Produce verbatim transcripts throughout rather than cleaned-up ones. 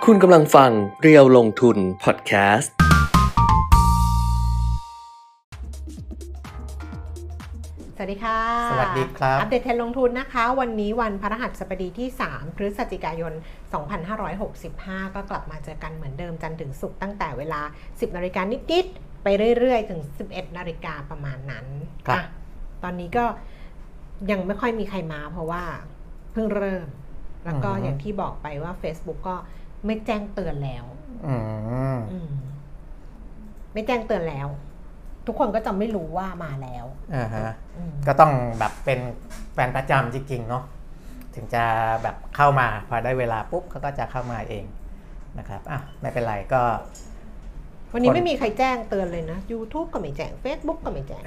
คุณกำลังฟังเรียวลงทุนพอดแคสต์สวัสดีค่ะสวัสดีครับอัปเดตเทรนด์ลงทุนนะคะวันนี้วันพฤหัสบดีที่สามพฤศจิกายนสองพันห้าร้อยหกสิบห้าก็กลับมาเจอกันเหมือนเดิมจันทร์ถึงศุกร์ตั้งแต่เวลา สิบนาฬิกานิดๆไปเรื่อยๆถึง สิบเอ็ดนาฬิกาประมาณนั้นอ่ะตอนนี้ก็ยังไม่ค่อยมีใครมาเพราะว่าเพิ่งเริ่มแล้วก็อย่างที่บอกไปว่า Facebook ก็ไม่แจ้งเตือนแล้วไม่แจ้งเตือนแล้วทุกคนก็จะไม่รู้ว่ามาแล้วอ่าฮะก็ต้องแบบเป็นแฟนประจำจริงๆเนาะถึงจะแบบเข้ามาพอได้เวลาปุ๊บเขาก็จะเข้ามาเองนะครับอ่ะไม่เป็นไรก็วันนี้ไม่มีใครแจ้งเตือนเลยนะ YouTube ก็ไม่แจ้ง Facebook ก็ไม่แจ้ง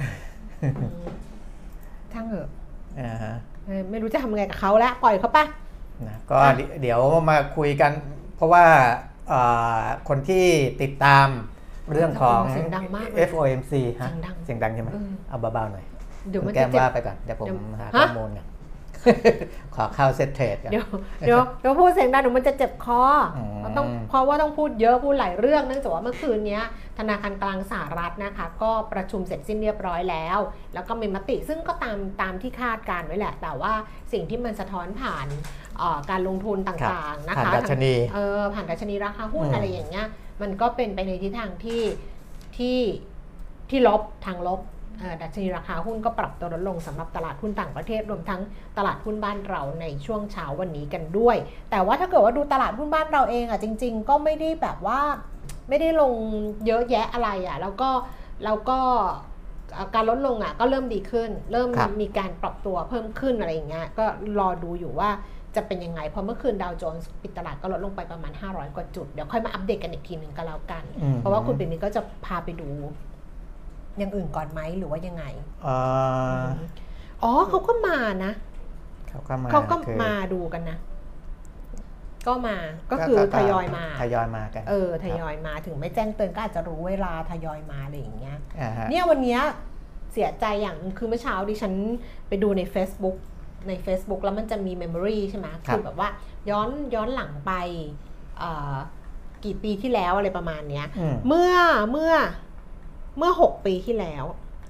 ช่างเหอะอ่าฮะไม่รู้จะทำไงกับเขาแล้วปล่อยเขาป่ะนะก็เดี๋ยวมาคุยกันเพราะว่าคนที่ติดตามเรื่องของ เอฟ โอ เอ็ม ซี ฮะเสียงดังใช่ไหมเอาเบาๆหน่อยเดี๋ยวแก้มว่าไปก่อนเดี๋ยวผมหาข้อมูลกันขอเข้าเซตเทรดกันเดี๋ยวเดี๋ยวเดี๋ยวพูดเสียงดังเดี๋ยวมันจะเจ็บคอต้องเพราะว่าต้องพูดเยอะพูดหลายเรื่องเนื่องจากว่าเมื่อคืนนี้ธนาคารกลางสหรัฐนะคะก็ประชุมเสร็จสิ้นเรียบร้อยแล้วแล้วก็มีมติซึ่งก็ตามตามที่คาดการไว้แหละแต่ว่าสิ่งที่มันสะท้อนผ่านการลงทุนต่างๆนะคะผ่านดัชนีเออผ่านดัชนีราคาหุ้นอะไรอย่างเงี้ยมันก็เป็นไปในทิศทางที่ที่ที่ลบทางลบดัชนีราคาหุ้นก็ปรับตัวลดลงสำหรับตลาดหุ้นต่างประเทศรวมทั้งตลาดหุ้นบ้านเราในช่วงเช้าวันนี้กันด้วยแต่ว่าถ้าเกิดว่าดูตลาดหุ้นบ้านเราเองอ่ะจริงๆก็ไม่ได้แบบว่าไม่ได้ลงเยอะแยะอะไรอ่ะแล้วก็แล้วก็การลดลงอ่ะก็เริ่มดีขึ้นเริ่มมีการปรับตัวเพิ่มขึ้นอะไรอย่างเงี้ยก็รอดูอยู่ว่าจะเป็นยังไงเพราะเมื่อคืนดาวโจนส์ปิดตลาดก็ลดลงไปประมาณห้าร้อยกว่าจุดเดี๋ยวค่อยมาอัปเดตกันอีกทีนึงก็แล้วกันเพราะว่าคุณปิ่นนี้ก็จะพาไปดูอย่างอื่นก่อนไหมหรือว่ายังไงอ๋อเขาก็มานะเขาก็มาเขาก็มาดูกันนะก็มาก็คือทยอยมาทยอยมากันเออทยอยมาถึงไม่แจ้งเตือนก็อาจจะรู้เวลาทยอยมาอะไรอย่างเงี้ยเนี่ยวันนี้เสียใจอย่างคือเมื่อเช้าดิฉันไปดูใน Facebookใน Facebook แล้วมันจะมี memory ใช่ไหมคือแบบว่าย้อนย้อนหลังไปกี่ปีที่แล้วอะไรประมาณเนี้ยเมื่อเมื่อเมื่อหกปีที่แล้ว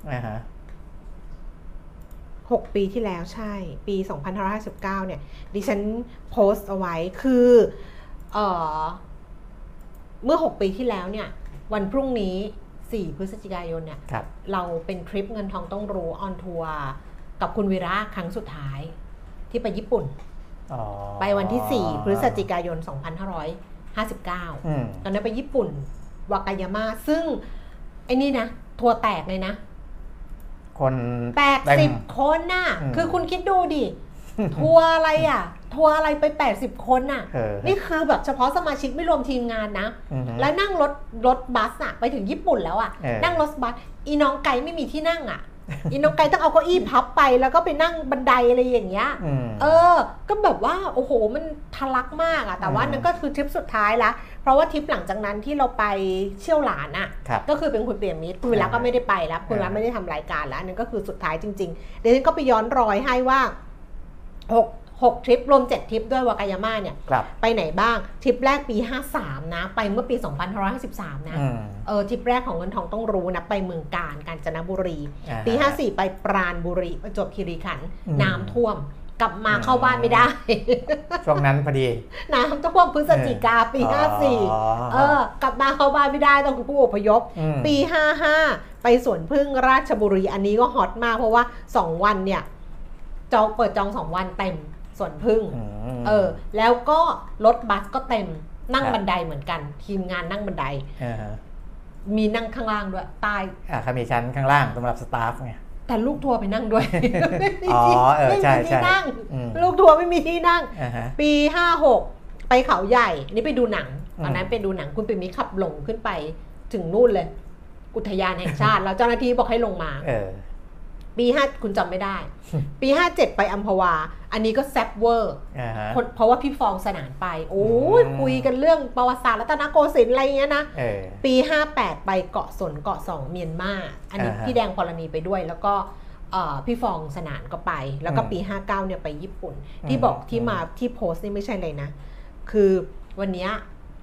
หกปีที่แล้วใช่ปีสองพันห้าร้อยห้าสิบเก้าเนี่ยดิฉันโพสต์เอาไว้คือเอ่อเมื่อหกปีที่แล้วเนี่ยวันพรุ่งนี้สี่พฤศจิกายนเนี่ย ร, เราเป็นทริปเงินทองต้องรู้ออนทัวร์กับคุณวีระครั้งสุดท้ายที่ไปญี่ปุ่นไปวันที่สี่พฤศจิกายนสองพันห้าร้อยห้าสิบเก้าตอนนั้นไปญี่ปุ่นวากายาม่าซึ่งไอ้นี่นะทัวร์แตกเลยนะคนแปดสิบคนน่ะคือคุณคิดดูดิทัวร์อะไรอ่ะทัวร์อะไรไปแปดสิบคนน่ะนี่คือแบบเฉพาะสมาชิกไม่รวมทีมงานนะแล้วนั่งรถรถบัสอ่ะไปถึงญี่ปุ่นแล้วอ่ะนั่งรถบัสอีน้องไกไม่มีที่นั่งอ่ะอินโนไกต้องเอาเก้าอี้พับไปแล้วก็ไปนั่งบันไดอะไรอย่างเงี้ยเออก็แบบว่าโอ้โหมันทะลักมากอะแต่ว่านั่นก็คือทริปสุดท้ายละเพราะว่าทริปหลังจากนั้นที่เราไปเชี่ยวหลานอะก็คือเป็นคุณเปียมิตรคุณวิระก็ไม่ได้ไปแล้วคุณวิระไม่ได้ทำรายการแล้วนั่นก็คือสุดท้ายจริงๆเดี๋ยวฉันก็ไปย้อนรอยให้ว่าหกหกทริปรวมเจ็ดทริปด้วยวากายาม่าเนี่ยไปไหนบ้างทริปแรกปีห้าสามนะไปเมื่อปีสองพันห้าร้อยห้าสิบสามนะเออทริปแรกของเงินทองต้องรู้นะไปเมืองกาญกาญจนบุรีปีห้าสี่ไปปราณบุรีประจวบคีรีขันธ์น้ำท่วมกลับมาเข้าบ้านไม่ได้ช่วงนั้นพอดีน้ำท่วมพฤศจิกาปีห้าสี่เออกลับมาเข้าบ้านไม่ได้ต้องผู้อพยพปีห้าห้าไปสวนพึ่งราชบุรีอันนี้ก็ฮอตมากเพราะว่าสองวันเนี่ยจองเปิดจองสองวันเต็มสวนพึ่งเออแล้วก็รถบัสก็เต็มนั่งบันไดเหมือนกันทีมงานนั่งบันไดมีนั่งข้างล่างด้วยใต้อ่าเขามีชั้นข้างล่างสำหรับสตาฟไงแต่ลูกทัวร์ไปนั่งด้วยอ๋อเออใช่ใช่ลูกทัวร์ไม่มีที่นั่งปีห้าหกไปเขาใหญ่นี่ไปดูหนังตอนนั้นไปดูหนังคุณปิ่มมิขับหลงขึ้นไปถึงนู่นเลยอุทยานแห่งชาติแล้วเจ้าหน้าที่บอกให้ลงมาปีห้าคุณจำไม่ได้ปีห้าเจ็ดไปอัมพวาอันนี้ก็แซ่บเวอร์เพราะว่าพี่ฟองสนานไปโอ้ยคุยกันเรื่องประวัติศาสตร์รัตนโกสินทร์อะไรเงี้ยนะปีห้าแปดไปเกาะสนเกาะสองเมียนมาอันนี้พี่แดงพรณีไปด้วยแล้วก็พี่ฟองสนานก็ไปแล้วก็ปีห้าเก้าเนี่ยไปญี่ปุ่นที่บอกที่มาที่โพสต์นี่ไม่ใช่เลยนะคือวันนี้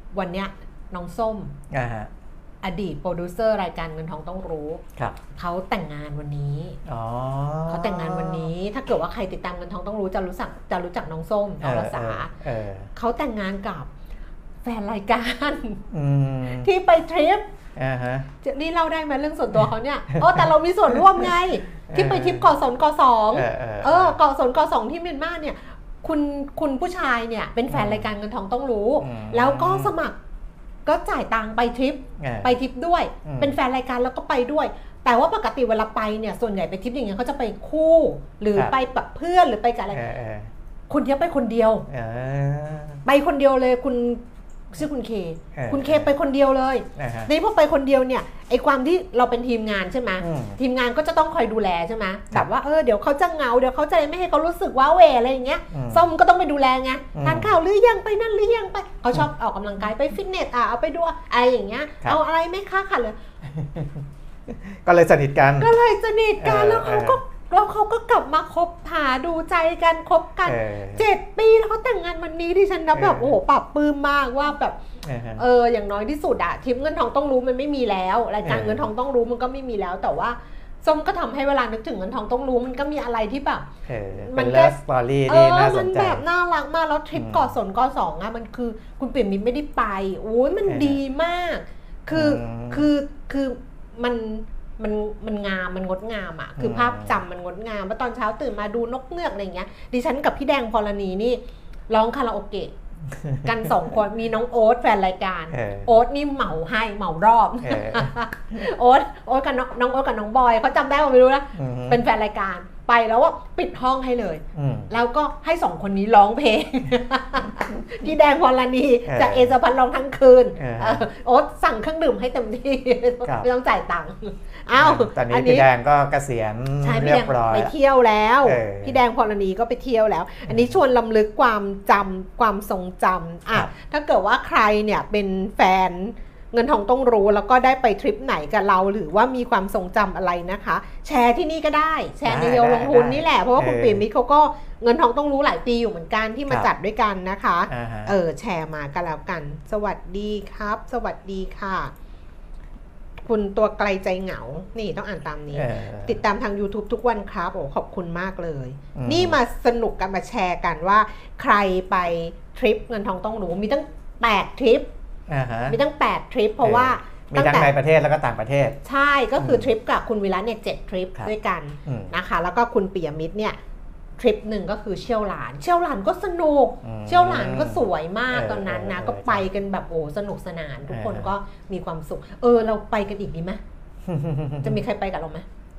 วันเนี้ยน้องส้มอ่าฮะอดีตโปรดิวเซอร์รายการเงินทองต้องรู้เขาแต่งงานวันนี้เขาแต่งงานวันนี้ถ้าเกิดว่าใครติดตามเงินทองต้องรู้จะรู้จักจะรู้จักน้องส้มน้องรัศาเขาแต่งงานกับแฟนรายการที่ไปทริปนี่เล่าได้ไหมเรื่องส่วนตัวเขาเนี่ยโอ้แต่เรามีส่วนร่วมไงที่ไปทริปเกาะสนเกาะสองเออเกาะสนเกาะสองที่เมียนมาเนี่ยคุณคุณผู้ชายเนี่ยเป็นแฟนรายการเงินทองต้องรู้แล้วก็สมัครก็จ่ายตังค์ไปทริปไปทริปด้วยเป็นแฟนรายการแล้วก็ไปด้วยแต่ว่าปกติเวลาไปเนี่ยส่วนใหญ่ไปทริปอย่างเงี้ยเขาจะไปคู่หรือไปแบบเพื่อนหรือไปกับอะไรคุณเที่ยวไปคนเดียวไปคนเดียวเลยคุณชื่อคุณเคคุณเคไปคนเดียวเลยนี่พอไปคนเดียวเนี่ยไอ้ความที่เราเป็นทีมงานใช่ไหมทีมงานก็จะต้องคอยดูแลใช่ไหมแบบว่าเออเดี๋ยวเขาจะเหงาเดี๋ยวเขาจะไม่ให้เขารู้สึกว้าเหวอะไรอย่างเงี้ยส้มก็ต้องไปดูแลไงทานข้าวหรือยังไปนั่นหรือยังไปเขาชอบออกกำลังกายไปฟิตเนสอ่ะเอาไปดูอะไรอย่างเงี้ยเอาอะไรไม่ค้าขัดเลยก็เลยสนิทกันก็เลยสนิทกันแล้วเขาก็แล้วเขาก็กลับมาคบหาดูใจกันคบกันเจ็ดปีแล้วเขาแต่งงานวันนี้ดิฉันนะแบบโอ้โหปรับปลื้มมากว่าแบบเอออย่างน้อยที่สุดอะทิปเงินทองต้องรู้มันไม่มีแล้วรายการเงินทองต้องรู้มันก็ไม่มีแล้วแต่ว่าส้มก็ทำให้เวลานึกถึงเงินทองต้องรู้มันก็มีอะไรที่แบบมันก็สตอรี่ที่น่าสนใจมันแบบน่ารักมากแล้วทริปเกาะสนเกาะสองอะมันคือคุณเปี่ยมมิตรไม่ได้ไปโอ้ยมันดีมากคือคือคือมันมันมันงามมันงดงามอ่ะคือภาพจำมันงดงามว่าตอนเช้าตื่นมาดูนกเงือกอะไรอย่างเงี้ยดิฉันกับพี่แดงพรณีนี่ร้องคาราโอเกะกันสองคนมีน้องโอ๊ตแฟนรายการโอ๊ตนี่เหมาให้เหมารอบโอ๊ตโอ๊ตกับน้องน้องโอ๊ตกับน้องบอยเขาจำได้ว่าไม่รู้นะเป็นแฟนรายการไปแล้วว่าปิดห้องให้เลยแล้วก็ให้สองคนนี้ร้องเพลงพี่แดงพรณีจากเอสพันร้องทั้งคืนโอ๊ตสั่งเครื่องดื่มให้เต็มที่ไม่ต้องจ่ายตังค์อ้าวตอนนี้พี่แดงก็เกษียณเรียบร้อยไปเที่ยวแล้วพี่แดงพรณีก็ไปเที่ยวแล้วอันนี้ชวนลำลึกความจำความทรงจำอ่ะถ้าเกิดว่าใครเนี่ยเป็นแฟนเงินทองต้องรู้แล้วก็ได้ไปทริปไหนกับเราหรือว่ามีความทรงจำอะไรนะคะแชร์ที่นี่ก็ได้แชร์ในเรียวลงทุนนี่แหละเพราะว่าคุณปิ่มมิตรเขาก็เงินทองต้องรู้หลายปีอยู่เหมือนกันที่มาจัดด้วยกันนะคะเออแชร์มากันแล้วกันสวัสดีครับสวัสดีค่ะคุณตัวไกลใจเหงานี่ต้องอ่านตามนี้ติดตามทาง YouTube ทุกวันครับโอ้ขอบคุณมากเลยนี่มาสนุกกันมาแชร์กันว่าใครไปทริปเงินทองต้องรู้มีตั้งแปดทริปมีตั้งแปดทริปเพราะว่ามีทั้งในประเทศแล้วก็ต่างประเทศใช่ก็คือทริปกับคุณวิระเนี่ยเจ็ดทริปด้วยกันนะคะแล้วก็คุณปิยมิตรเนี่ยทริปหนึ่งก็คือเชี่ยวหลานเชี่ยวหลานก็สนุกเชี่ยวหลานก็สวยมากตอนนั้นนะก็ไปกันแบบโอ้สนุกสนานทุกคนก็มีความสุขเออเราไปกันอีกดีไหมจะมีใครไปกับเราไหม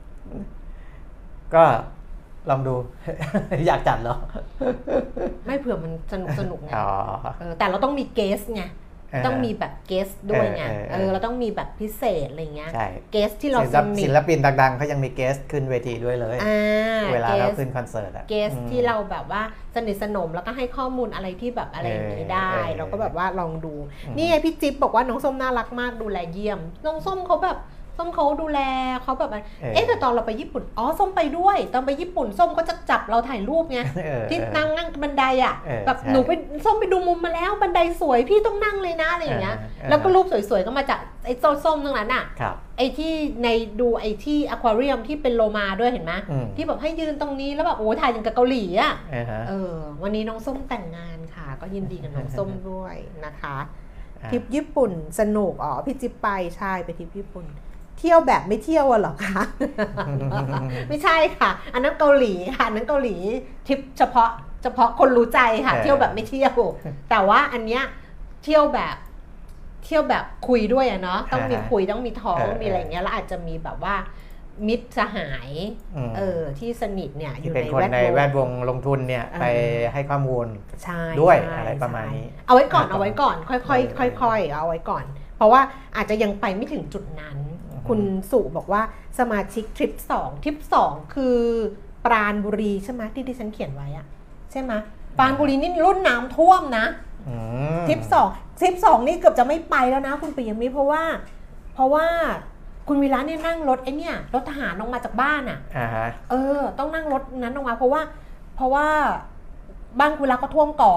ก็ลองดูอยากจัดเหรอไม่เผื่อมันสนุกสนุกไงแต่เราต้องมีเกสไงต้องมีแบบเกสด้วยไงเออเราต้องมีแบบพิเศษอะไรเงี้ยเกสที่เราสนิทศิลปินดังๆเขายังมีเกสขึ้นเวทีด้วยเลยเวลาเราขึ้นคอนเสิร์ตอะเกสที่เราแบบว่าสนิทสนมแล้วก็ให้ข้อมูลอะไรที่แบบอะไรอย่างนี้ได้เราก็แบบว่าลองดูนี่ไงพี่จิ๊บบอกว่าน้องส้มน่ารักมากดูแลเยี่ยมน้องส้มเขาแบบส้มเขาดูแลเขาแบบเอ๊ะแต่ตอนเราไปญี่ปุ่นอ๋อส้มไปด้วยตอนไปญี่ปุ่นส้มก็จะจับเราถ่ายรูปไงที่นั่งนั่งบันไดอ่ะแบบหนูไปส้มไปดูมุมมาแล้วบันไดสวยพี่ต้องนั่งเลยนะอะไรอย่างเงี้ยแล้วก็รูปสวยๆก็มาจากไอ้ส้มๆทั้งนั้นอ่ะไอ้ที่ในดูไอ้ที่อควาเรียมที่เป็นโลมาด้วยเห็นไหมที่แบบให้ยืนตรงนี้แล้วแบบโอ้ถ่ายอย่างกับเกาหลีอ่ะเออวันนี้น้องส้มแต่งงานค่ะก็ยินดีกับน้องส้มด้วยนะคะทริปญี่ปุ่นสนุกอ๋อพี่จิ๊บไปใช่ไปทริปญี่ปุ่นเที่ยวแบบไม่เที่ยวอ่ะหรอคะ ไม่ใช่ค่ะอันนั้นเกาหลีค่ะอันนั้นเกาหลีทริปเฉพาะเฉพาะคนรู้ใจค่ะเที่ยวแบบไม่เที่ยวแต่ว่าอันเนี้ยเที่ยวแบบเที่ยวแบบคุยด้วยอะเนาะต้องมีคุยต้องมีท้องมีอะไรเงี้ยแล้วอาจจะมีแบบว่ามิตรสหายเออที่สนิทเนี่ยอยู่ในแวดวงในแวดวงลงทุนเนี่ยไปให้ข้อมูลด้วยอะไรประมาณนี้เอาไว้ก่อนเอาไว้ก่อนค่อยๆค่อยๆเอาไว้ก่อนเพราะว่าอาจจะยังไปไม่ถึงจุดนั้นคุณสุบอกว่าสมาชิกทริปสองทริปสองคือปราณบุรีใช่ไหมที่ดิฉันเขียนไว้อะใช่ไหมปราณบุรีนี่รุ่นน้ำท่วมนะทริปสองทริปสองนี่เกือบจะไม่ไปแล้วนะคุณปิยมิตรเพราะว่าเพราะว่าคุณวีระเนี่ยนั่งรถไอ้เนี่ยรถทหารลงมาจากบ้านอ่ะเออต้องนั่งรถนั้นลงมาเพราะว่าเพราะว่าบ้านคุณวีระก็ท่วมก่อน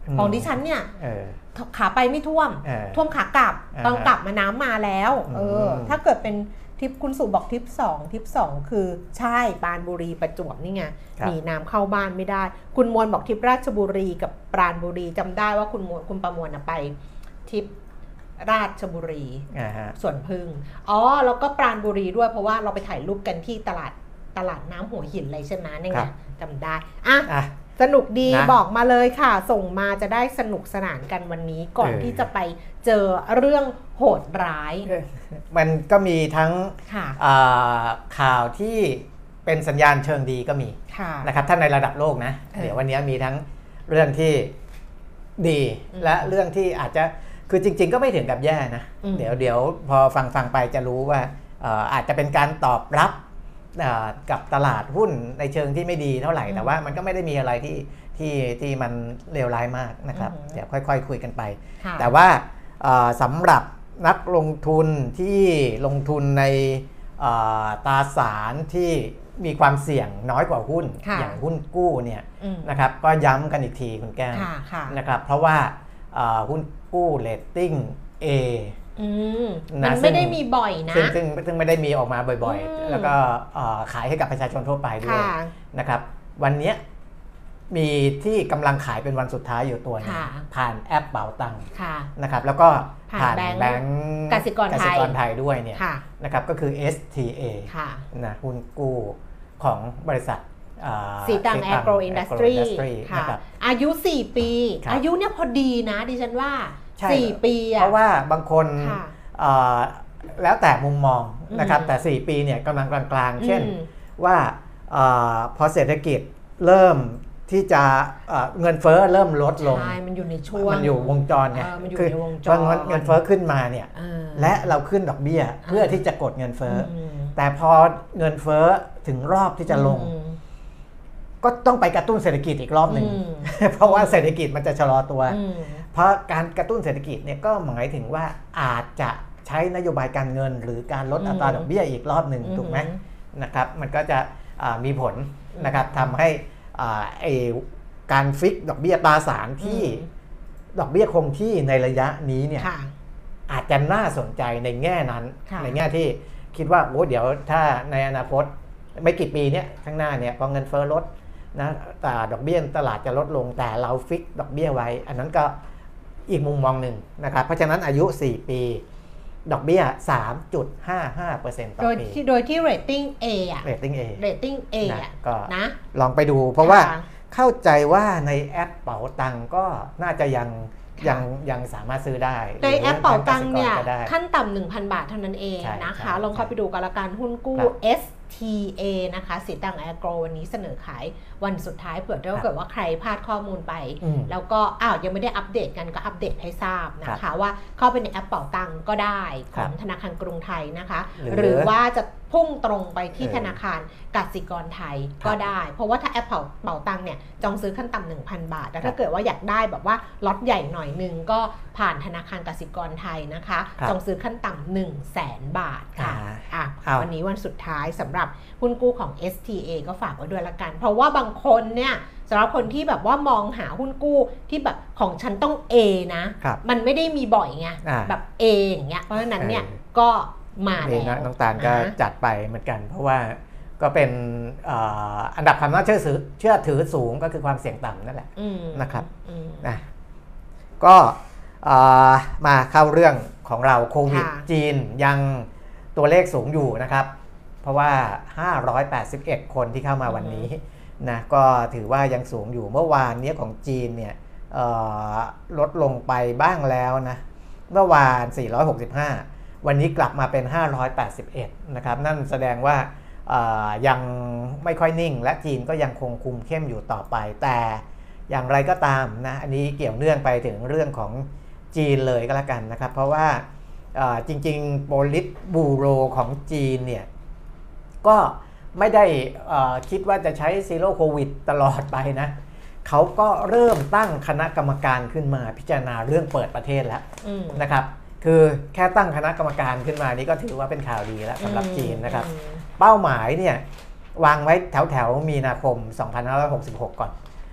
ของดิฉันเนี่ยขาไปไม่ท่วมท่วมขากลับตอนกลับมาน้ำมาแล้วเออถ้าเกิดเป็นทิปคุณสุบอกทิปสองทิปสองคือใช่ปราณบุรีประจวบนี่ไงหนีน้ำเข้าบ้านไม่ได้คุณมวลบอกทิปราชบุรีกับปราณบุรีจำได้ว่าคุณมวลคุณประมวลไปทิปราชบุรีสวนพึ่งอ๋อแล้วก็ปราณบุรีด้วยเพราะว่าเราไปถ่ายรูปกันที่ตลาดตลาดน้ำหัวหินเลยใช่ไหมนี่ไงจำได้อ่ะสนุกดีบอกมาเลยค่ะส่งมาจะได้สนุกสนานกันวันนี้ก่อนที่จะไปเจอเรื่องโหดร้ายมันก็มีทั้งข่าวที่เป็นสัญญาณเชิงดีก็มีนะครับถ้าในระดับโลกนะเดี๋ยววันนี้มีทั้งเรื่องที่ดีและเรื่องที่อาจจะคือจริงๆก็ไม่ถึงกับแย่นะเดี๋ยวเดี๋ยวพอฟังฟังไปจะรู้ว่าอาจจะเป็นการตอบรับกับตลาดหุ้นในเชิงที่ไม่ดีเท่าไหร่แต่ว่ามันก็ไม่ได้มีอะไรที่ที่ที่มันเลวร้ายมากนะครับเดี๋ยวค่อยๆคุยกันไปแต่ว่าสำหรับนักลงทุนที่ลงทุนในตราสารที่มีความเสี่ยงน้อยกว่าหุ้นอย่างหุ้นกู้เนี่ยนะครับก็ย้ำกันอีกทีคุณแก้วนะครับเพราะว่าหุ้นกู้เรตติ้ง A มันไม่ได้มีบ่อยนะซึ่งซึ่งซึ่งไม่ได้มีออกมาบ่อยๆแล้วก็ขายให้กับประชาชนทั่วไปด้วยนะครับวันนี้มีที่กำลังขายเป็นวันสุดท้ายอยู่ตัวนึงผ่านแอปเป๋าตังค์นะครับแล้วก็ผ่านแบงก์กสิกรไทยด้วยเนี่ยนะครับก็คือ เอส ที เอ นะหุ้นกู้ของบริษัทสีตังแอโกรอินดัสทรีอายุสี่ปีอายุเนี่ยพอดีนะดิฉันว่าสี่ปีเพราะว่าบางคนแล้วแต่มุมมองนะครับแต่สี่ปีเนี่ยกำลังกลางๆเช่นว่าพอเศรษฐกิจเริ่มที่จะเงินเฟ้อเริ่มลดลงใช่มันอยู่ในช่วงมันอยู่วงจรไงคือพอเงินเฟ้อขึ้นมาเนี่ยและเราขึ้นดอกเบี้ยเพื่อที่จะกดเงินเฟ้อแต่พอเงินเฟ้อถึงรอบที่จะลงก็ต้องไปกระตุ้นเศรษฐกิจอีกรอบหนึ่งเพราะว่าเศรษฐกิจมันจะชะลอตัวเพราะการกระตุ้นเศรษฐกิจเนี่ยก็หมายถึงว่าอาจจะใช้นโยบายการเงินหรือการลดอัตราดอกเบี้ยอีกรอบหนึ่งถูกไหมนะครับมันก็จะมีผลนะครับทำให้การฟิกดอกเบี้ยตราสารที่ดอกเบี้ยคงที่ในระยะนี้เนี่ยอาจจะน่าสนใจในแง่นั้นในแง่ที่คิดว่าโอ้เดี๋ยวถ้าในอนาคตไม่กี่ปีเนี้ยข้างหน้าเนี่ยพอเงินเฟ้อลดนะแต่ดอกเบี้ยตลาดจะลดลงแต่เราฟิกดอกเบี้ยไว้อันนั้นก็อีกมุมมองหนึ่งนะครับเพราะฉะนั้นอายุสี่ปีดอกเบี้ย สามจุดห้าห้าเปอร์เซ็นต์ ต่อปีโดยที่โดยที่เรตติ้ง A อ่ะเรตติ้ง A เรตติ้ง A อ่ะก็นะลองไปดูเพราะว่าเข้าใจว่าในแอปเป๋าตังก็น่าจะยังยังยังสามารถซื้อได้ในแอปเป๋าตังเนี่ยขั้นต่ำ หนึ่งพัน บาทเท่านั้นเองนะคะลองเข้าไปดูกันละกันหุ้นกู้ เอส ที เอ นะคะสีตังแอโกรวันนี้เสนอขายวันสุดท้ายเผื่อถ้าเกิดว่าใครพลาดข้อมูลไปแล้วก็อ้าวยังไม่ได้อัปเดตกันก็อัปเดตให้ทราบนะคะว่าเข้าไปในแอปเป๋าตังก็ได้ของธนาคารกรุงไทยนะคะหรือว่าจะพุ่งตรงไปที่ธนาคารกสิกรไทยก็ได้เพราะว่าถ้าแอปเป๋าตังเนี่ยจองซื้อขั้นต่ำ หนึ่งพัน บาทแต่ถ้าเกิดว่าอยากได้แบบว่าล็อตใหญ่หน่อยนึงก็ผ่านธนาคารกสิกรไทยนะคะจองซื้อขั้นต่ำ หนึ่งแสน บาทค่ะอ่ะวันนี้วันสุดท้ายสำหรับหุ้นกู้ของ เอส ที เอ ก็ฝากไว้ด้วยละกันเพราะว่าบางคนเนี่ยสำหรับคนที่แบบว่ามองหาหุ้นกู้ที่แบบของฉันต้อง A นะมันไม่ได้มีบ่อยไงแบบ A อย่างเงี้ยเพราะฉะนั้นเนี่ยก็มาแล้วน้องตาลก็จัดไปเหมือนกันเพราะว่าก็เป็นอันดับความน่าเชื่อถือเชื่อถือสูงก็คือความเสี่ยงต่ำนั่นแหละนะครับนะก็มาเข้าเรื่องของเราโควิดจีนยังตัวเลขสูงอยู่นะครับเพราะว่าห้าร้อยแปดสิบเอ็ดคนที่เข้ามาวันนี้นะก็ถือว่ายังสูงอยู่เมื่อวานนี้ของจีนเนี่ยลดลงไปบ้างแล้วนะเมื่อวานสี่ร้อยหกสิบห้าวันนี้กลับมาเป็นห้าร้อยแปดสิบเอ็ดนะครับนั่นแสดงว่ายังไม่ค่อยนิ่งและจีนก็ยังคงคุมเข้มอยู่ต่อไปแต่อย่างไรก็ตามนะอันนี้เกี่ยวเนื่องไปถึงเรื่องของจีนเลยก็แล้วกันนะครับเพราะว่าจริงๆโปลิตบูโรของจีนเนี่ยก็ไม่ได้คิดว่าจะใช้ซีโร่โควิดตลอดไปนะเขาก็เริ่มตั้งคณะกรรมการขึ้นมาพิจารณาเรื่องเปิดประเทศแล้วนะครับคือแค่ตั้งคณะกรรมการขึ้นมานี่ก็ถือว่าเป็นข่าวดีแล้วสำหรับจีนนะครับเป้าหมายเนี่ยวางไว้แถวแถวมีนาคมสองพันห้าร้อยหกสิบหกก่อน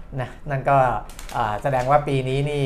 นะนั่นก็แสดงว่าปีนี้นี่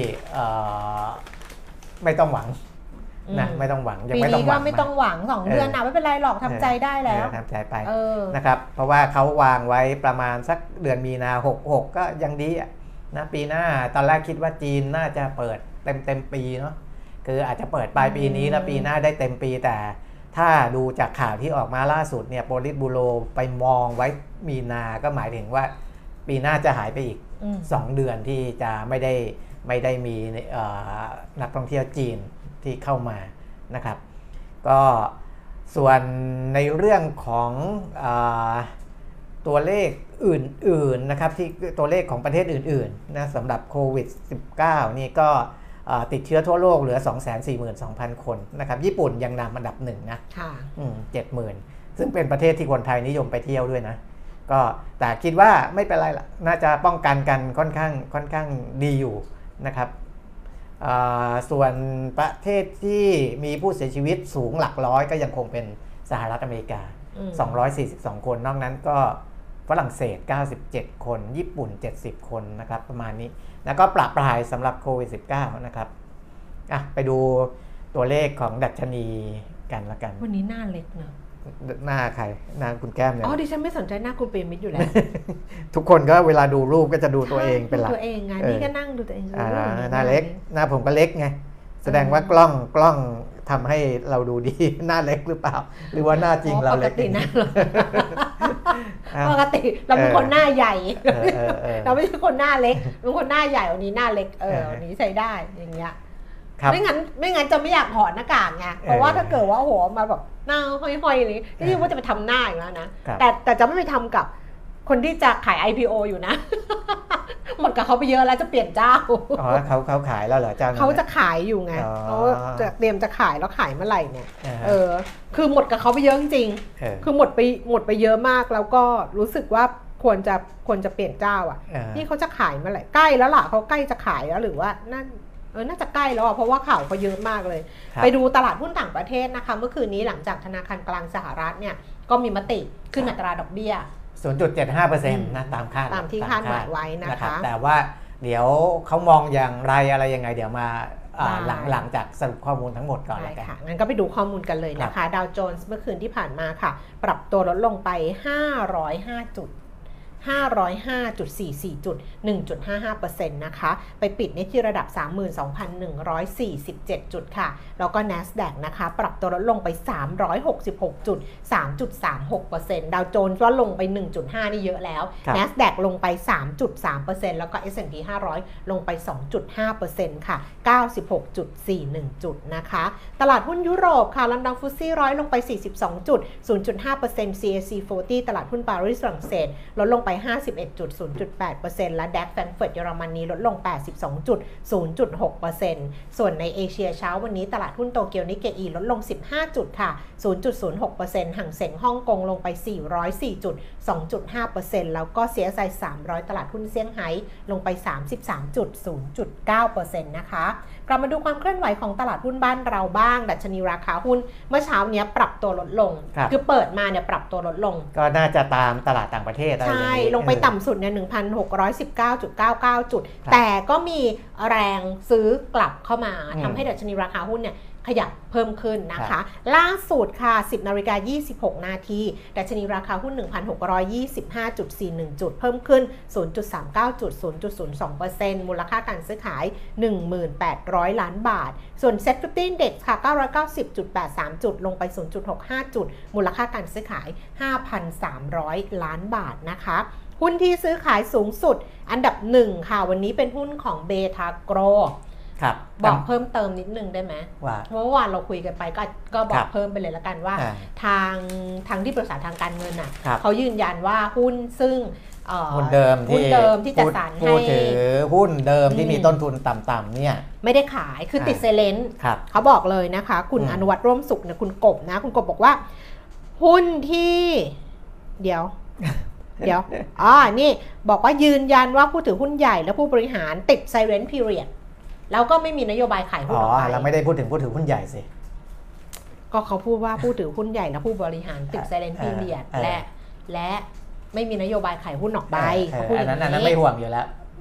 ไม่ต้องหวังนะไม่ต้องหวังยังไม่ต้องหวังปีนี้ก็ไม่ต้องหวังสองเดือนนะไม่เป็นไรหรอกทำใจได้แล้วทำใจไปนะครับเพราะว่าเขาวางไว้ประมาณสักเดือนมีนาหกสิบหกก็ยังดีนะปีหน้าตอนแรกคิดว่าจีนน่าจะเปิดเต็มเต็มปีเนาะคืออาจจะเปิดปลายปีนี้แล้วปีหน้าได้เต็มปีแต่ถ้าดูจากข่าวที่ออกมาล่าสุดเนี่ยโปลิตบูโรไปมองไว้มีนาก็หมายถึงว่าปีหน้าจะหายไปอีกสองเดือนที่จะไม่ได้ไม่ได้มีนักท่องเที่ยวจีนที่เข้ามานะครับก็ส่วนในเรื่องของอตัวเลขอื่นๆนะครับที่ตัวเลขของประเทศอื่นๆนะสำหรับโควิด สิบเก้า นี่ก็ติดเชื้อทั่วโลกเหลือ สองแสนสี่หมื่นสองพัน คนนะครับญี่ปุ่นยังนำอันดับหนึ่งนะเจ็ดหมื่นซึ่งเป็นประเทศที่คนไทยนิยมไปเที่ยวด้วยนะก็แต่คิดว่าไม่เป็นไรละน่าจะป้องกันกันค่อนข้างค่อนข้างดีอยู่นะครับส่วนประเทศที่มีผู้เสียชีวิตสูงหลักร้อยก็ยังคงเป็นสหรัฐอเมริกาสองร้อยสี่สิบสองคนนอกนั้นก็ฝรั่งเศสเก้าสิบเจ็ดคนญี่ปุ่นเจ็ดสิบคนนะครับประมาณนี้แล้วก็ปรับปรายสำหรับโควิด สิบเก้า นะครับอ่ะไปดูตัวเลขของดัชนีกันละกันวันนี้หน้าเล็กเนอะหน้าใครหน้าคุณแก้มเนี่ยอ๋อดิฉันไม่สนใจหน้าคุณเปรมิตรอยู่แล้วทุกคนก็เวลาดูรูปก็จะดูตัวเองเป็นหลักตัวเองไงนี่ก็นั่งดูตัวเองหน้าเล็กหน้าผมก็เล็กไงแสดงว่ากล้องกล้องทำให้เราดูดีหน้าเล็กหรือเปล่าหรือว่าหน้าจริงเราเล็กปกติหน้าปกติเราเป็นคนหน้าใหญ่เราไม่ใช่คนหน้าเล็กเป็นคนหน้าใหญ่วันนี้หน้าเล็กเออวันนี้ใส่ได้อย่างเงี้ยไม่งั้นไม่งั้นจะไม่อยากถอดหน้ากากไงเพราะว่าถ้าเกิดว่าโหมาแบบหน้าห้อยๆอย่างนี้ที่ว่าจะไปทำหน้าอีกแล้วนะแต่แต่จะไม่ไปทำกับคนที่จะขาย ไอ พี โอ อยู่นะหมดกับเขาไปเยอะแล้วจะเปลี่ยนเจ้าอ๋อเขาเขาขายแล้วเหรอเจ้าเขาจะขายอยู่ไงเขาจะเตรียมจะขายแล้วขายเมื่อไหร่เนี่ยเออคือหมดกับเขาไปเยอะจริงๆคือหมดไปหมดไปเยอะมากแล้วก็รู้สึกว่าควรจะควรจะเปลี่ยนเจ้าอ่ะนี่เขาจะขายเมื่อไหร่ใกล้แล้วล่ะเขาใกล้จะขายแล้วหรือว่านั่นเออน่าจะใกล้แล้วอ่ะเพราะว่าข่าวเขาเยอะมากเลยไปดูตลาดหุ้นต่างประเทศนะคะเมื่อคืนนี้หลังจากธนาคารกลางสหรัฐเนี่ยก็มีมติขึ้นอัตราดอกเบี้ยศูนย์จุดเจ็ดห้าเปอร์เซ็นต์ นะตามคาดตามที่คาดหมายไว้นะคะแต่ว่าเดี๋ยวเขามองอย่างไรอะไรยังไงเดี๋ยวมาหลังหลังจากสรุปข้อมูลทั้งหมดก่อนแล้วกันงั้นก็ไปดูข้อมูลกันเลยนะคะดาวโจนส์เมื่อคืนที่ผ่านมาค่ะปรับตัวลดลงไปห้าร้อยห้าจุดห้าร้อยห้าจุดสี่สี่จุด หนึ่งจุดห้าห้าเปอร์เซ็นต์ นะคะไปปิดในที่ระดับ สามหมื่นสองพันหนึ่งร้อยสี่สิบเจ็ด จุดค่ะแล้วก็ NASDAQ นะคะปรับตัวลดลงไปสามร้อยหกสิบหกจุด สามจุดสามหกเปอร์เซ็นต์ ดาวโจนส์ก็ลงไป หนึ่งจุดห้า นี่เยอะแล้ว NASDAQ ลงไป สามจุดสามเปอร์เซ็นต์ แล้วก็ เอส แอนด์ พี ห้าร้อยลงไป สองจุดห้าเปอร์เซ็นต์ ค่ะ เก้าสิบหกจุดสี่หนึ่ง จุดนะคะตลาดหุ้นยุโรปค่ะลอนดอนฟุตซี่ร้อยลงไปสี่สิบสองจุด ศูนย์จุดห้าเปอร์เซ็นต์ ซี เอ ซี สี่สิบตลาดหุ้นปารีสฝรั่งเศสลดลงไปห้าสิบเอ็ดจุด ศูนย์จุดแปดเปอร์เซ็นต์ และ ดัค แฟรงก์เฟิร์ตเยอรมนีลดลง แปดสิบสองจุด ศูนย์จุดหกเปอร์เซ็นต์ ส่วนในเอเชียเช้าวันนี้ตลาดหุ้นโตเกียวนิกเกอีลดลงสิบห้าจุดค่ะ ศูนย์จุดศูนย์หกเปอร์เซ็นต์ หั่งเส็งฮ่องกงลงไปสี่ร้อยสี่จุด สองจุดห้าเปอร์เซ็นต์ แล้วก็ ซี เอส ไอ สามร้อยตลาดหุ้นเซี่ยงไฮ้ลงไป สามสิบสามจุดศูนย์จุดเก้าเปอร์เซ็นต์ นะคะกลับมาดูความเคลื่อนไหวของตลาดหุ้นบ้านเราบ้างดัชนีราคาหุ้นเมื่อเช้านี้ปรับตัวลดลง ค, คือเปิดมาเนี่ยปรับตัวลดลงก็น่าจะตามตลาดต่างประเทศใช่ลงไปต่ำสุดเนี่ย หนึ่งพันหกร้อยสิบเก้าจุดเก้าเก้า จุดแต่ก็มีแรงซื้อกลับเข้ามาทำให้ดัชนีราคาหุ้นเนี่ยขยับเพิ่มขึ้นนะคะล่าสุดค่ะ สิบนาฬิกายี่สิบหกนาทีดัชนีราคาหุ้น หนึ่งพันหกร้อยยี่สิบห้าจุดสี่หนึ่ง จุดเพิ่มขึ้น ศูนย์จุดสามเก้า จุด ศูนย์จุดศูนย์สองเปอร์เซ็นต์ มูลค่าการซื้อขาย หนึ่งพันแปดร้อย ล้านบาทส่วน เซ็ต ห้าสิบ Index ค่ะ เก้าร้อยเก้าสิบจุดแปดสาม จุดลงไป ศูนย์จุดหกห้า จุดมูลค่าการซื้อขาย ห้าพันสามร้อย ล้านบาทนะคะหุ้นที่ซื้อขายสูงสุดอันดับหนึ่งค่ะวันนี้เป็นหุ้นของเบทาโกรบอกเพิ่มเติมนิดนึงได้ไหมว่าเมื่อวานเราคุยกันไปก็ก็บอกเพิ่มไปเลยละกันว่าทางทางที่ปรึกษาทางการเงินอ่ะเขายืนยันว่าหุ้นซึ่งหุ้นเดิมที่เดิมที่จัดสรรให้ผู้ถือหุ้นเดิมที่มีต้นทุนต่ำๆเนี่ยไม่ได้ขายคือติดเซเลนต์เขาบอกเลยนะคะคุณอนุวัฒน์ร่วมสุขเนี่ยคุณกบนะคุณกบบอกว่าหุ้นที่เดี๋ยวเดี๋ยวอ๋อนี่บอกว่ายืนยันว่าผู้ถือหุ้นใหญ่และผู้บริหารติดไซเรนต์พีเรียดแล้วก็ไม่มีนโยบายขายหุ้นออกไปอ๋อเราไม่ได้พูดถึงผู้ถือหุ้นใหญ่สิก็เขาพูดว่าผู้ถือหุ้นใหญ่และผู้บริหารติดไซเรนต์พีเรียดและและไม่มีนโยบายขายหุ้นออกไปอันนั้นอันนั้นไม่ห่วงอยู่แล้ว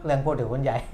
เรื่องผู้ถือหุ้นใหญ่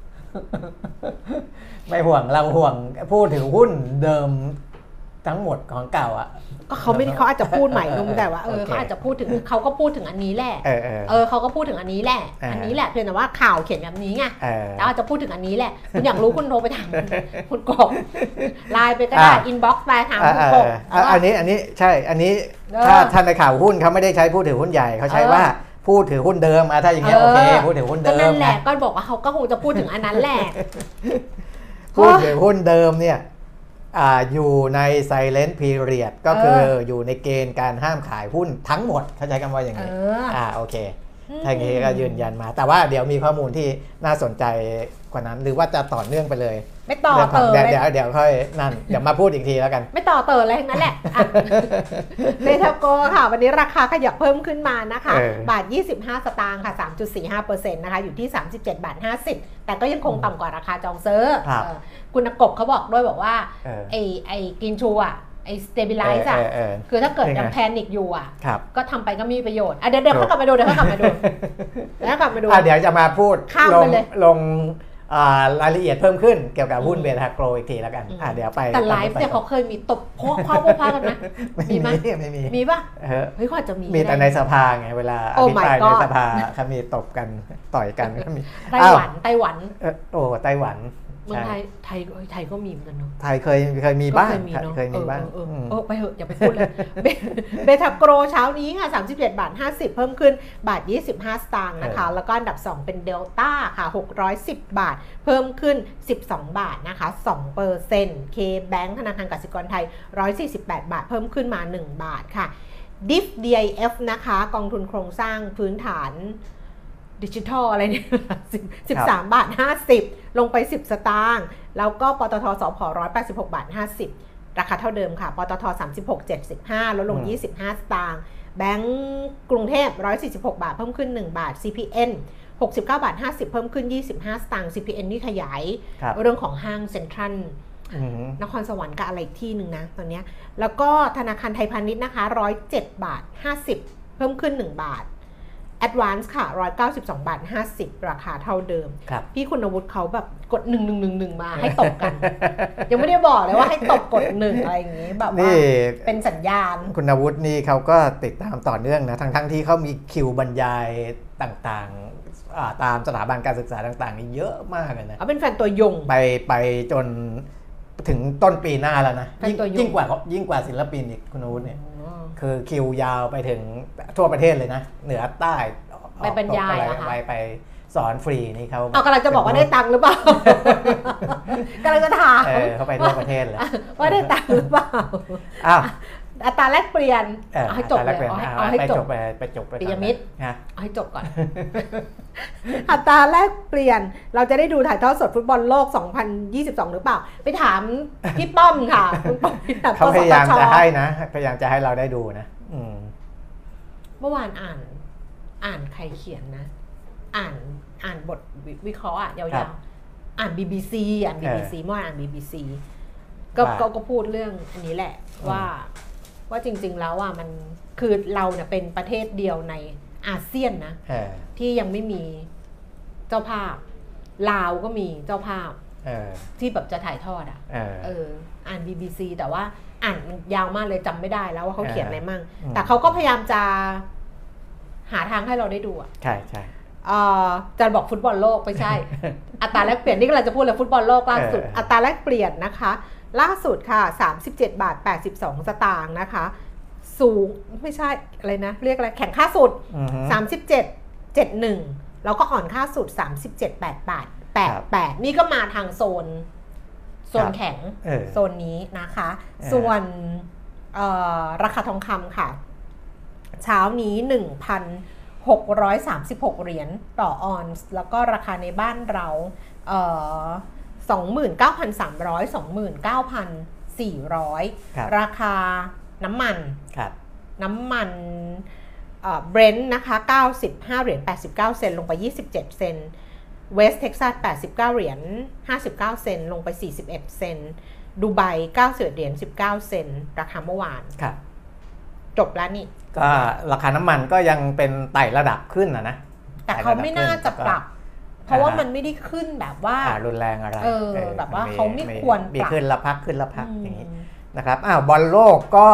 ไม่ห่วงเราห่วงผู้ถือหุ้นเดิมทั้งหมดของเก่าอ่ะก็เขาไม่เขาอาจจะพูดใหม่นึงแต่ว่าเออเขาอาจจะพูดถึงเขาก็พูดถึงอันนี้แหละเออเออเขาก็พูดถึงอันนี้แหละอันนี้แหละเพียงแต่ว่าข่าวเขียนแบบนี้ไงแล้วอาจจะพูดถึงอันนี้แหละคุณอยากรู้คุณโทรไปถามคุณกบไลน์ไปก็ได้อินบ็อกซ์ไปถามคุณกบอันนี้อันนี้ใช่อันนี้ถ้าท่านในข่าวหุ้นเขาไม่ได้ใช้ผู้ถือหุ้นใหญ่เขาใช้ว่าผู้ถือหุ้นเดิมอะถ้าอย่างเงี้ยโอเคผู้ถือหุ้นเดิมก็นั่นแหละก็บอกว่าเขาก็คงจะพูดถึงอันนั้นแหละผู้ถือหุ้นเดิมเนี่ยอยู่ใน silent period ก็คืออยู่ในเกณฑ์การห้ามขายหุ้นทั้งหมดเขาใช้คำว่าอย่างนี้อ่าโอเคทางนี้ก็ยืนยันมาแต่ว่าเดี๋ยวมีข้อมูลที่น่าสนใจกว่านั้นหรือว่าจะต่อเนื่องไปเลยไม่ต่อเติมเดี๋ยวเดี๋ยวเดี๋ยวค่อยนั่นเดี๋ยวมาพูดอีกทีแล้วกันไม่ต่อเติมอะไรทั้งนั้นแหละเบทาโกค่ะวันนี้ราคาขยับเพิ่มขึ้นมานะคะบาทยี่สิบห้าสตางค์ค่ะ สามจุดสี่ห้าเปอร์เซ็นต์ นะคะอยู่ที่สามสิบเจ็ดบาทห้าสิบแต่ก็ยังคงต่ำกว่าราคาจองซื้อคุณกบเขาบอกด้วยบอกว่าไอ้ไอ้กินชูอ่ะไอ้ stabilize อ่ะคือถ้าเกิดยังแพนิคอยู่อ่ะก็ทำไปก็มีประโยชน์เดี๋ยวเดี๋ยวเขากลับมาดูเดี๋ยวเขากลับมาดูเดี๋ยวเขากลับมาดูเดี๋ยวจะมาพูดลงลงรายละเอียดเพิ่มขึ้นเกี่ยวกับหุ้นเบทาโกรอีกทีแล้วกันเดี๋ยวไปแต่ไลฟ์เนี่ยเขาเคยมีตบโค้คว้าโค้คว้ากันไหมมีไหมไม่มีมีป่ะเฮ้ยเขาจะมีมีแต่ในสภาไงเวลาอภิปรายในสภาเขามีตบกันต่อยกันก็มีไต้หวันไต้หวันโอ้ไต้หวันเมืองไทยไทยไทยก็มีเหมือนกันเนาะไทยเคยเคยมีบ้างเคยมีบ้างเออไปเถอะอย่าไปพูดเลยเบทาโกรเช้านี้ค่ะสามสิบเจ็ดบาทห้าสิบเพิ่มขึ้นบาทยี่สิบห้าสตางค์นะคะแล้วก็อันดับสองเป็นเดลต้าค่ะหกร้อยสิบบาทเพิ่มขึ้นสิบสองบาทนะคะ สองเปอร์เซ็นต์ K-Bank ธนาคารกสิกรไทยหนึ่งร้อยสี่สิบแปดบาทเพิ่มขึ้นมาหนึ่งบาทค่ะ ดิฟ ดี ไอ เอฟ นะคะกองทุนโครงสร้างพื้นฐานดิจิทัลอะไรเนี่ยสิบสามบาทห้าสิบลงไปสิบสตางค์แล้วก็ปตทสผหนึ่งร้อยแปดสิบหกบาทห้าสิบราคาเท่าเดิมค่ะปตทสามสิบหก เจ็ดสิบห้าลดลงยี่สิบห้าสตางค์แบงก์กรุงเทพหนึ่งร้อยสี่สิบหกบาทเพิ่มขึ้นหนึ่งบาท ซี พี เอ็น หกสิบเก้าบาทห้าสิบเพิ่มขึ้นยี่สิบห้าสตางค์ ซี พี เอ็น นี่ขยายเรื่องของห้างเซ็นทรัลนครสวรรค์กับอะไรที่หนึ่งนะตอนนี้แล้วก็ธนาคารไทยพาณิชย์นะคะหนึ่งร้อยเจ็ดบาทห้าสิบเพิ่มขึ้นหนึ่งบาทAdvance ค่ะหนึ่งร้อยเก้าสิบสองบาทห้าสิบราคาเท่าเดิมพี่คุณอาวุธเขาแบบกดหนึ่ง หนึ่ง หนึ่ง หนึ่งมาให้ตบกัน ยังไม่ได้บอกเลยว่าให้ตบกดหนึ่งอะไรอย่างงี้แบบว่าเป็นสัญญาณคุณอาวุธนี่เขาก็ติดตามต่อเนื่องนะทั้งทั้งที่เขามีคิวบรรยายต่างๆตามสถาบันการศึกษาต่างๆนี่เยอะมากเลยนะเขาเป็นแฟนตัวยงไปไปจนถึงต้นปีหน้าแล้วนะยิ่งกว่ายิ่งกว่าศิลปินอีกคุณอาวุธเนี่ยคือคิวยาวไปถึงทั่วประเทศเลยนะเหนือใต้ไปบรรยายอะค่ะไปไปสอนฟรีนี่เขาเอากำลังจะบอกว่าได้ตังค์หรือเปล่ากำลังจะถามเขาไปทั่วประเทศเลยว่าได้ตังค์หรือเปล่าอ้าวอัตราแลกเปลี่ยนเอาให้จบเลยเอาให้จบไปไปจบไปปิยมิตรเอาให้จบก่อนอัตราแลกเปลี่ยนเราจะได้ดูถ่ายทอดสดฟุตบอลโลกสองพันยี่สิบสองหรือเปล่าไปถามพี่ป้อมค่ะเขาพยายามจะให้นะพยายามจะให้เราได้ดูนะเมื่อวานอ่านอ่านใครเขียนนะอ่านอ่านบทวิเคราะห์อ่ะยาวๆอ่าน บี บี ซี อ่าน บี บี ซี เมื่อวานอ่าน บี บี ซี ก็ก็พูดเรื่องอันนี้แหละว่าว่าจริงๆแล้วอ่ะมันคือเราเนี่ยเป็นประเทศเดียวในอาเซียนนะที่ยังไม่มีเจ้าภาพลาวก็มีเจ้าภาพที่แบบจะถ่ายทอดอ่ะเอออ่าน บี บี ซี แต่ว่าอ่านยาวมากเลยจำไม่ได้แล้วว่าเขาเขียนอะไรมั่งแต่เขาก็พยายามจะหาทางให้เราได้ดูอ่ะใช่ใช่จะบอกฟุตบอลโลกไม่ใช่ อัตราแลกเปลี่ยนนี่ก็เราจะพูดเลยฟุตบอลโลกล่าสุดอัตราแลกเปลี่ยนนะคะล่าสุดค่ะสามสิบเจ็ดบาทแปดสิบสองสตางค์นะคะสูงไม่ใช่อะไรนะเรียกอะไรแข่งค่าสุดสามสิบเจ็ด เจ็ดสิบเอ็ดแล้วก็อ่อนค่าสุดสามสิบเจ็ด แปดบาทแปดสิบแปดนี่ก็มาทางโซนโซนแข็งโซนนี้นะคะส่วนราคาทองคำค่ะเช้านี้ หนึ่งพันหกร้อยสามสิบหก เหรียญต่อออนซ์แล้วก็ราคาในบ้านเราเอ่อ สองหมื่นเก้าพันสามร้อย สองหมื่นเก้าพันสี่ร้อย ราคาน้ำมันน้ำมันเอ่อ Brent นะคะเก้าสิบห้าเหรียญแปดสิบเก้าเซนต์ลงไปยี่สิบเจ็ดเซนต์ West Texas แปดสิบเก้าเหรียญห้าสิบเก้าเซนต์ลงไปสี่สิบเอ็ดเซนต์ดูไบเก้าสิบเหรียญสิบเก้าเซนต์ราคาเมื่อวานจบแล้วนี่ก็ราคาน้ำมันก็ยังเป็นไต่ระดับขึ้นนะนะแต่เขาไม่น่าจะปรับเพราะว่ามันไม่ได้ขึ้นแบบว่ารุนแรงอะไรเออแบบว่าเขาไม่ควรมีขึ้นละพักขึ้นละพักอย่างนี้นะครับอ้าวบอลโลกก็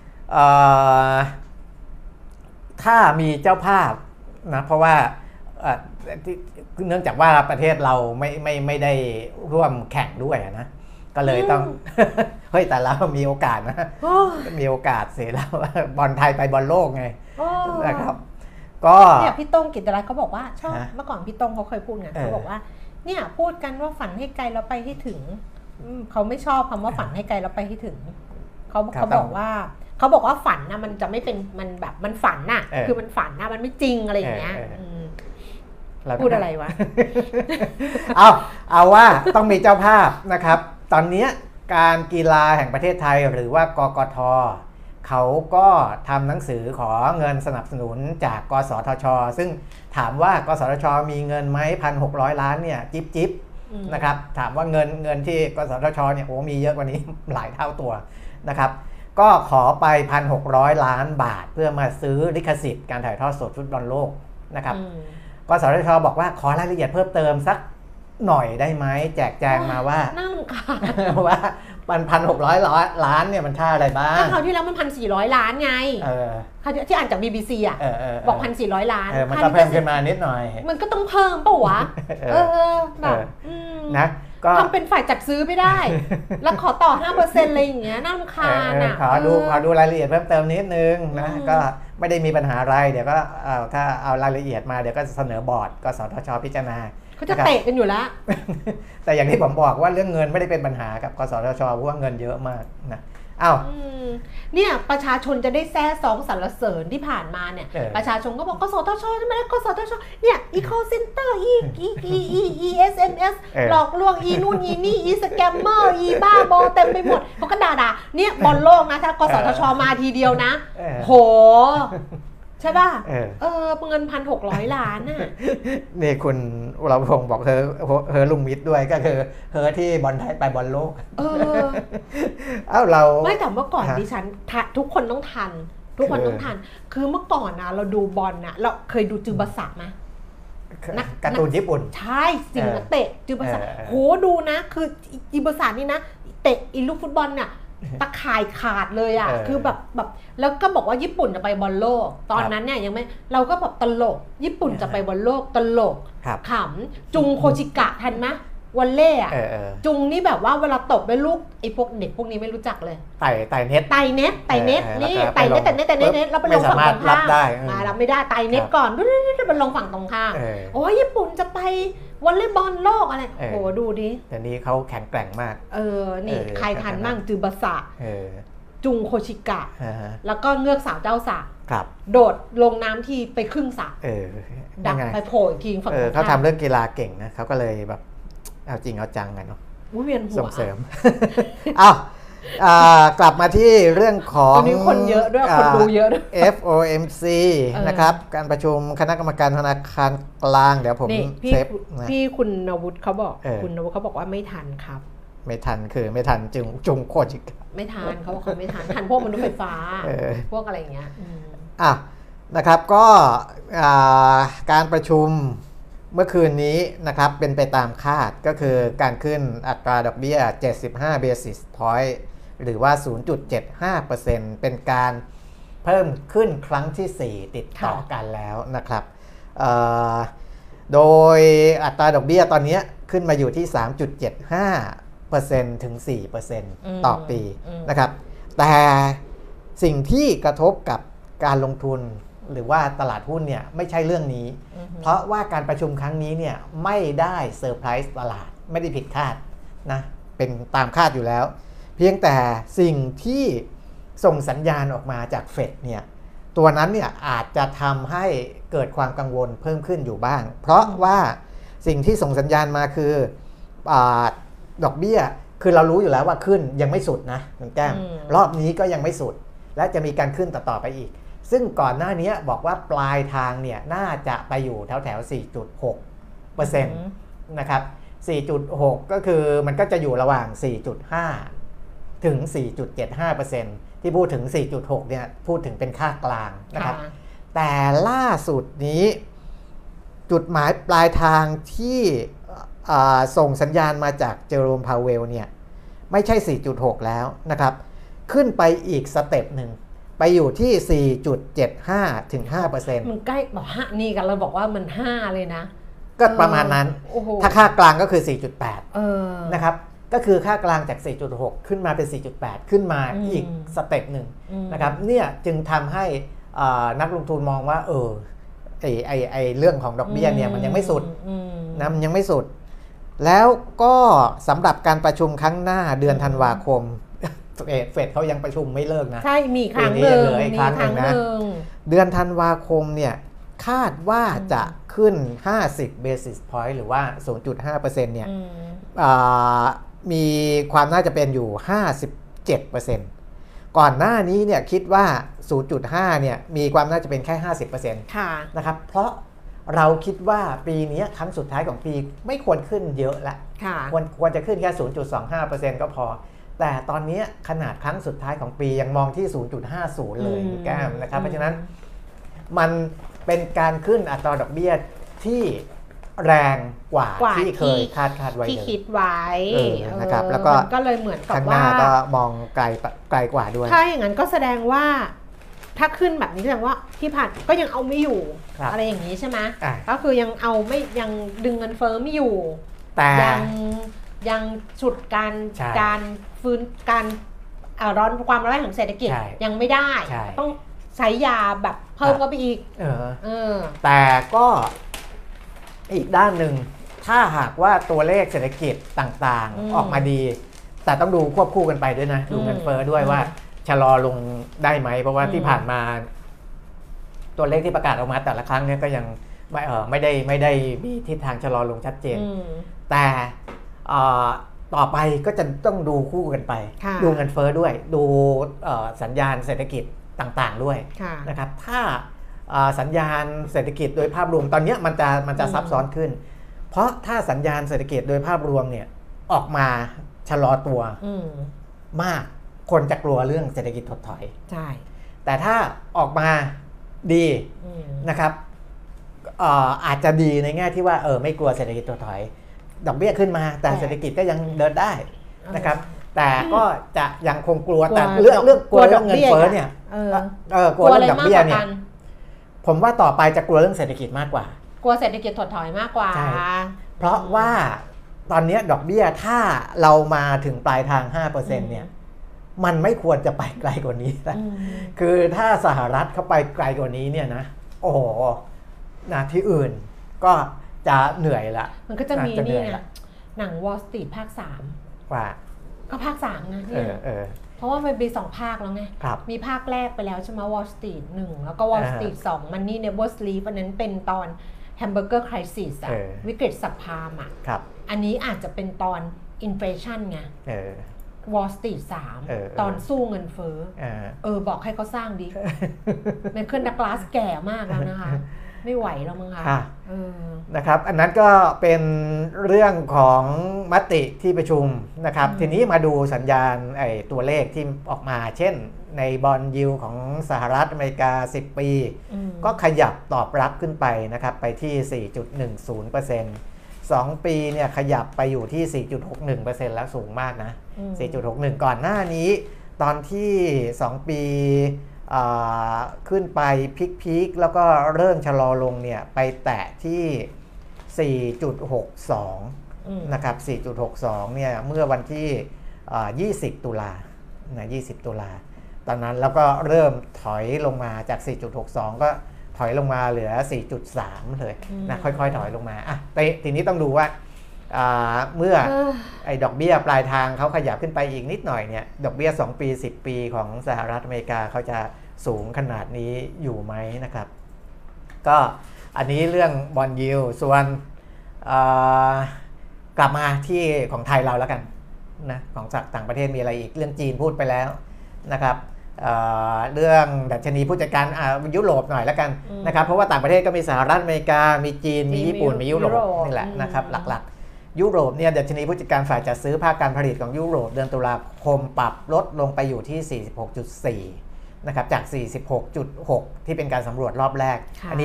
ถ้ามีเจ้าภาพนะเพราะว่าเนื่องจากว่าประเทศเราไม่ไม่ไม่ได้ร่วมแข่งด้วยนะก็เลยต้องเฮ้ยแต่เรามีโอกาสนะมีโอกาสเสียแล้วบอลไทยไปบอลโลกไงนะครับก็เนี่ยพี่ต้งกิตติรัตน์เขาบอกว่าชอบเมื่อก่อนพี่ต้งเขาเคยพูดไงเขาบอกว่าเนี่ยพูดกันว่าฝันให้ไกลแล้วไปให้ถึงเขาไม่ชอบคำว่าฝันให้ไกลแล้วไปให้ถึงเขาเขาบอกว่าเขาบอกว่าฝันนะมันจะไม่เป็นมันแบบมันฝันน่ะคือมันฝันนะมันไม่จริงอะไรอย่างเงี้ยพูดอะไรวะเอาเอาว่าต้องมีเจ้าภาพนะครับตอนนี้การกีฬาแห่งประเทศไทยหรือว่ากกท.เขาก็ทำหนังสือขอเงินสนับสนุนจากกสทช.ซึ่งถามว่ากสทช.มีเงินไหมพันหกร้อยล้านเนี่ยจิ๊บจิ๊บนะครับถามว่าเงินเงินที่กสทช.เนี่ยโอ้มีเยอะกว่านี้หลายเท่าตัวนะครับก็ขอไป หนึ่งพันหกร้อยล้านบาทเพื่อมาซื้อลิขสิทธิ์การถ่ายทอดสดฟุตบอลโลกนะครับกสทช.บอกว่าขอรายละเอียดเพิ่มเติมสักหน่อยได้ไหมแจกแจงมาว่าน่ารำคาญว่ามัน หนึ่งพันหกร้อยล้านเนี่ยมันค่าอะไรบ้างก็คราวที่แล้วมัน หนึ่งพันสี่ร้อย ล้านไงเออที่อ่านจาก บี บี ซี อ่ะบอก หนึ่งพันสี่ร้อย ล้านเออมันก็เพิ่มขึ้นมานิดหน่อยมันก็ต้องเพิ่มป่ะวะเออแบบนะก็ทำเป็นฝ่ายจัดซื้อไม่ได้แล้วขอต่อ ห้าเปอร์เซ็นต์ อะไรอย่างเงี้ยน่ารำคาญอ่ะขอดูขอดูรายละเอียดเพิ่มเติมนิดนึงนะก็ไม่ได้มีปัญหาอะไรเดี๋ยวก็ถ้าเอารายละเอียดมาเดี๋ยวก็เสนอบอร์ดกสทช.พิจารณาเขาจะเตะกันอยู่แล้วแต่อย่างที่ผมบอกว่าเรื่องเงินไม่ได้เป็นปัญหากับกสทช.เพราะว่าเงินเยอะมากนะอ้าวเนี่ยประชาชนจะได้แซ่ซองสรรเสริญที่ผ่านมาเนี่ยประชาชนก็บอกกสทช.ใช่ไหมกสทช.เนี่ยอีคอลเซ็นเตอร์อีอีอีอีอีเอสเอ็มเอสหลอกลวงอีนู่นอีนี่อีสแกมเมอร์อีบ้าบอเต็มไปหมดเขาก็ด่าๆเนี่ยบอลโลกนะถ้ากสทช.มาทีเดียวนะโหใช่ป่ะเออเออเงิน หนึ่งพันหกร้อย ล้านน่ะนี่คุณวรพงศ์บอกเธอเธอลุงมิตรด้วยก็คือเธอที่บอลไทยไปบอลโลกเออเอ้าเราไม่แต่เมื่อก่อนดิฉันทุกคนต้องทันทุกคนต้องทันคือเมื่อก่อนนะเราดูบอลนะเราเคยดูจือบาสะมั้ยนักการ์ตูนญี่ปุ่นใช่สิ่งนักเตะจือบาสะโหดูนะคือจือบาสะนี่นะเตะอีลูกฟุตบอลน่ะตะข่ายขาดเลยอ่ะคือแบบแบบแล้วก็บอกว่าญี่ปุ่นจะไปบอลโลกตอนนั้นเนี่ยยังไม่เราก็แบบตลกญี่ปุ่นจะไปบอลโลกตลกขำจุงโคชิกะทันไหมวอลเล่อะจุงนี่แบบว่าเวลาตบไปลูกไอ้พวกเด็กพวกนี้ไม่รู้จักเลยไต่ไต่เน็ตไต่เน็ตไต่เน็ตนี่ไต่เน็ตแต่เน็ตแต่เน็ตแล้วไปลงฝั่งตรงข้ามมารับไม่ได้ไต่เน็ตก่อนไปลงฝั่งตรงข้ามโอ้ยญี่ปุ่นจะไปวอลเลย์บอลโลกอะไรโอ้ดูดิแต่นี้เขาแข็งแกร่งมากเออนี่ใครทันมั่งจือบาสะจุงโคชิกะแล้วก็เงือกสาวเจ้าสระโดดลงน้ำทีไปครึ่งสระดักไปโผล่ทีฝั่งตรงข้ามเขาทำเรื่องกีฬาเก่งนะเขาก็เลยแบบเอาจริงเอาจังกันเนาะเวียนหัวส่งเสริมอ้าวกลับมาที่เรื่องของมีคนเยอะด้วยคนดูเยอะด้วยเอฟ โอ เอ็ม ซี นะครับการประชุมคณะกรรมการธนาคารกลางเดี๋ยวผมเซฟพี่คุณนวุฒิเขาบอกคุณนวุฒิเขาบอกว่าไม่ทันครับไม่ทันคือไม่ทันจุงจุงโคจิกไม่ทันเขาบอกเขาไม่ทันทันพวกมนุษย์ไฟฟ้าพวกอะไรอย่างเงี้ยอ่ะนะครับก็การประชุมเมื่อคืนนี้นะครับเป็นไปตามคาดก็คือการขึ้นอัตราดอกเบี้ยเจ็ดสิบห้า basis point หรือว่า ศูนย์จุดเจ็ดห้าเปอร์เซ็นต์ เป็นการเพิ่มขึ้นครั้งที่สี่ติดต่อกันแล้วนะครับโดยอัตราดอกเบี้ยตอนนี้ขึ้นมาอยู่ที่ สามจุดเจ็ดห้าเปอร์เซ็นต์ ถึง สี่เปอร์เซ็นต์ ต่อปีนะครับแต่สิ่งที่กระทบกับการลงทุนหรือว่าตลาดหุ้นเนี่ยไม่ใช่เรื่องนี้เพราะว่าการประชุมครั้งนี้เนี่ยไม่ได้เซอร์ไพรส์ตลาดไม่ได้ผิดคาดนะเป็นตามคาดอยู่แล้วเพียงแต่สิ่งที่ส่งสัญญาณออกมาจากเฟดเนี่ยตัวนั้นเนี่ยอาจจะทำให้เกิดความกังวลเพิ่มขึ้นอยู่บ้างเพราะว่าสิ่งที่ส่งสัญญาณมาคืออ่าดอกเบี้ยคือเรารู้อยู่แล้วว่าขึ้นยังไม่สุดนะคุณแก้มรอบนี้ก็ยังไม่สุดและจะมีการขึ้นต่อๆไปอีกซึ่งก่อนหน้านี้บอกว่าปลายทางเนี่ยน่าจะไปอยู่แถวแถว สี่จุดหกเปอร์เซ็นต์ นะครับ สี่จุดหก ก็คือมันก็จะอยู่ระหว่าง สี่จุดห้า ถึง สี่จุดเจ็ดห้าเปอร์เซ็นต์ ที่พูดถึง สี่จุดหก เนี่ยพูดถึงเป็นค่ากลางนะครับแต่ล่าสุดนี้จุดหมายปลายทางที่ส่งสัญญาณมาจากเจอโรมพาเวลเนี่ยไม่ใช่ สี่จุดหก แล้วนะครับขึ้นไปอีกสเต็ปหนึ่งไปอยู่ที่ สี่จุดเจ็ดห้า ถึง ห้าเปอร์เซ็นต์มันใกล้บอกห้านี่กันเราบอกว่ามันห้าเลยนะก็ประมาณนั้นถ้าค่ากลางก็คือ สี่จุดแปดเออนะครับก็คือค่ากลางจาก สี่จุดหก ขึ้นมาเป็น สี่จุดแปด ขึ้นมาอีกสเต็ปหนึ่งนะครับเนี่ยจึงทำให้นักลงทุนมองว่าเออไอไอไอเรื่องของดอกเบี้ยเนี่ยมันยังไม่สุดนะมันยังไม่สุดแล้วก็สำหรับการประชุมครั้งหน้าเดือนธันวาคมเฟดเขายังประชุมไม่เลิกนะใช่มีครั้งหนึ่งมีครั้งหนึ่งนะเดือนธันวาคมเนี่ยคาดว่าจะขึ้นห้าสิบ basis point หรือว่า ศูนย์จุดห้าเปอร์เซ็นต์ เนี่ยมีความน่าจะเป็นอยู่ ห้าสิบเจ็ดเปอร์เซ็นต์ ก่อนหน้านี้เนี่ยคิดว่า ศูนย์จุดห้า เนี่ยมีความน่าจะเป็นแค่ ห้าสิบเปอร์เซ็นต์ค่ะนะครับเพราะเราคิดว่าปีนี้ครั้งสุดท้ายของปีไม่ควรขึ้นเยอะละควรควรจะขึ้นแค่ ศูนย์จุดสองห้าเปอร์เซ็นต์ ก็พอแต่ตอนนี้ขนาดครั้งสุดท้ายของปียังมองที่ ศูนย์จุดห้าศูนย์ เลยแก้มนะครับเพราะฉะนั้นมันเป็นการขึ้นอัตราดอกเบี้ยที่แรงกว่าที่เคยคาดคาดไว้ที่คิดไว้นะครับแล้วก็ก็เลยเหมือนกับว่าข้างหน้าก็มองไกลไกลกว่าด้วยถ้าอย่างนั้นก็แสดงว่าถ้าขึ้นแบบนี้แสดงว่าที่ผ่านก็ยังเอาไม่อยู่อะไรอย่างนี้ใช่ไหมก็คือยังเอาไม่ยังดึงเงินเฟ้อไม่อยู่แต่ยังยังฉุดการการฟื้นการร้อนความร้อนของเศรษฐกิจยังไม่ได้ต้องใช้ยาแบบเพิ่มก็ไปอีกเออเออแต่ก็อีกด้านหนึ่งถ้าหากว่าตัวเลขเศรษฐกิจต่างๆออกมาดีแต่ต้องดูควบคู่กันไปด้วยนะดูเงินเฟ้อด้วยว่าชะลอลงได้ไหมเพราะว่าที่ผ่านมาตัวเลขที่ประกาศออกมาแต่ละครั้งเนี่ยก็ยังไม่เออไม่ได้ไม่ได้มีทิศทางชะลอลงชัดเจนแต่ต่อไปก็จะต้องดูคู่กันไปดูเงินเฟ้อด้วยดูสัญญาณเศรษฐกิจต่างๆด้วยนะครับถ้าสัญญาณเศรษฐกิจโดยภาพรวมตอนนี้มันจะมันจะซับซ้อนขึ้นเพราะถ้าสัญญาณเศรษฐกิจโดยภาพรวมเนี่ยออกมาชะลอตัวมากคนจะกลัวเรื่องเศรษฐกิจถดถอยใช่แต่ถ้าออกมาดีนะครับอาจจะดีในแง่ที่ว่าเออไม่กลัวเศรษฐกิจถดถอยดอกเบี้ยขึ้นมาแต่เศรษฐกิจก็ยังเดินได้นะครับแต่ก็จะยังคงกลัวแต่เรื่องเรื่องกลัวเรื่องเงินเฟ้อเนี่ยเออกลัวเรื่องดอกเบี้ยเนี่ยผมว่าต่อไปจะกลัวเรื่องเศรษฐกิจมากกว่ากลัวเศรษฐกิจถดถอยมากกว่าใช่เพราะว่าตอนนี้ดอกเบี้ยถ้าเรามาถึงปลายทาง ห้าเปอร์เซ็นต์ เนี่ยมันไม่ควรจะไปไกลกว่านี้นะคือถ้าสหรัฐเข้าไปไกลกว่านี้เนี่ยนะโอ้โหนะที่อื่นก็จะเหนื่อยละมันก็จะมีนี่ไงหนัง Wall Street ภาคสามว่าก็ภาคสามนะเนี่ยเพราะว่ามันมีสองภาคแล้วไงมีภาคแรกไปแล้วใช่ไหม Wall Street หนึ่งแล้วก็ Wall Street สอง Money Never Sleep อันนั้นเป็นตอน Hamburger Crisis อะวิกฤตสัพพามอะอันนี้อาจจะเป็นตอน Inflation ไงWall Street สามตอนสู้เงินเฟ้อเออบอกให้เขาสร้างดิเมเคิลดักลาสแก่มากแล้วนะคะไม่ไหวแล้วมั้งคะนะครับอันนั้นก็เป็นเรื่องของมติที่ประชุมนะครับทีนี้มาดูสัญญาณไอ้ตัวเลขที่ออกมาเช่นในบอนด์ยิลด์ของสหรัฐอเมริกาสิบปีก็ขยับตอบรับขึ้นไปนะครับไปที่ สี่จุดหนึ่งศูนย์เปอร์เซ็นต์ สองปีเนี่ยขยับไปอยู่ที่ สี่จุดหกหนึ่งเปอร์เซ็นต์ แล้วสูงมากนะ สี่จุดหกหนึ่ง ก่อนหน้านี้ตอนที่สองปีขึ้นไปพีคๆแล้วก็เริ่มชะลอลงเนี่ยไปแตะที่ สี่จุดหกสอง นะครับ สี่จุดหกสอง เนี่ยเมื่อวันที่ยี่สิบตุลานะยี่สิบตุลาตอนนั้นแล้วก็เริ่มถอยลงมาจาก สี่จุดหกสอง ก็ถอยลงมาเหลือ สี่จุดสาม เลยนะค่อยๆถอยลงมาอ่ะทีนี้ต้องดูว่าเมื่อไอ้ดอกเบี้ยปลายทางเขาขยับขึ้นไปอีกนิดหน่อยเนี่ยดอกเบี้ยสองปีสิบปีของสหรัฐอเมริกาเขาจะสูงขนาดนี้อยู่ไหมนะครับก็อันนี้เรื่องบอนด์ยิลด์ส่วนกลับมาที่ของไทยเราแล้วกันนะของต่างประเทศมีอะไรอีกเรื่องจีนพูดไปแล้วนะครับ เ, เรื่องดัชนีผู้จัดการยุโรปหน่อยแล้วกันนะครับเพราะว่าต่างประเทศก็มีสหรัฐอเมริกามีจีนมีญี่ปุ่นมียุโรปนี่แหละนะครับหลักๆยุโรปเนี่ยดัชนีผู้จัดการฝ่ายจัดซื้อภาคการผลิตของยุโรปเดือนตุลาคมปรับลดลงไปอยู่ที่ สี่สิบหกจุดสี่ นะครับจาก สี่สิบหกจุดหก ที่เป็นการสำรวจรอบแรกอันนี้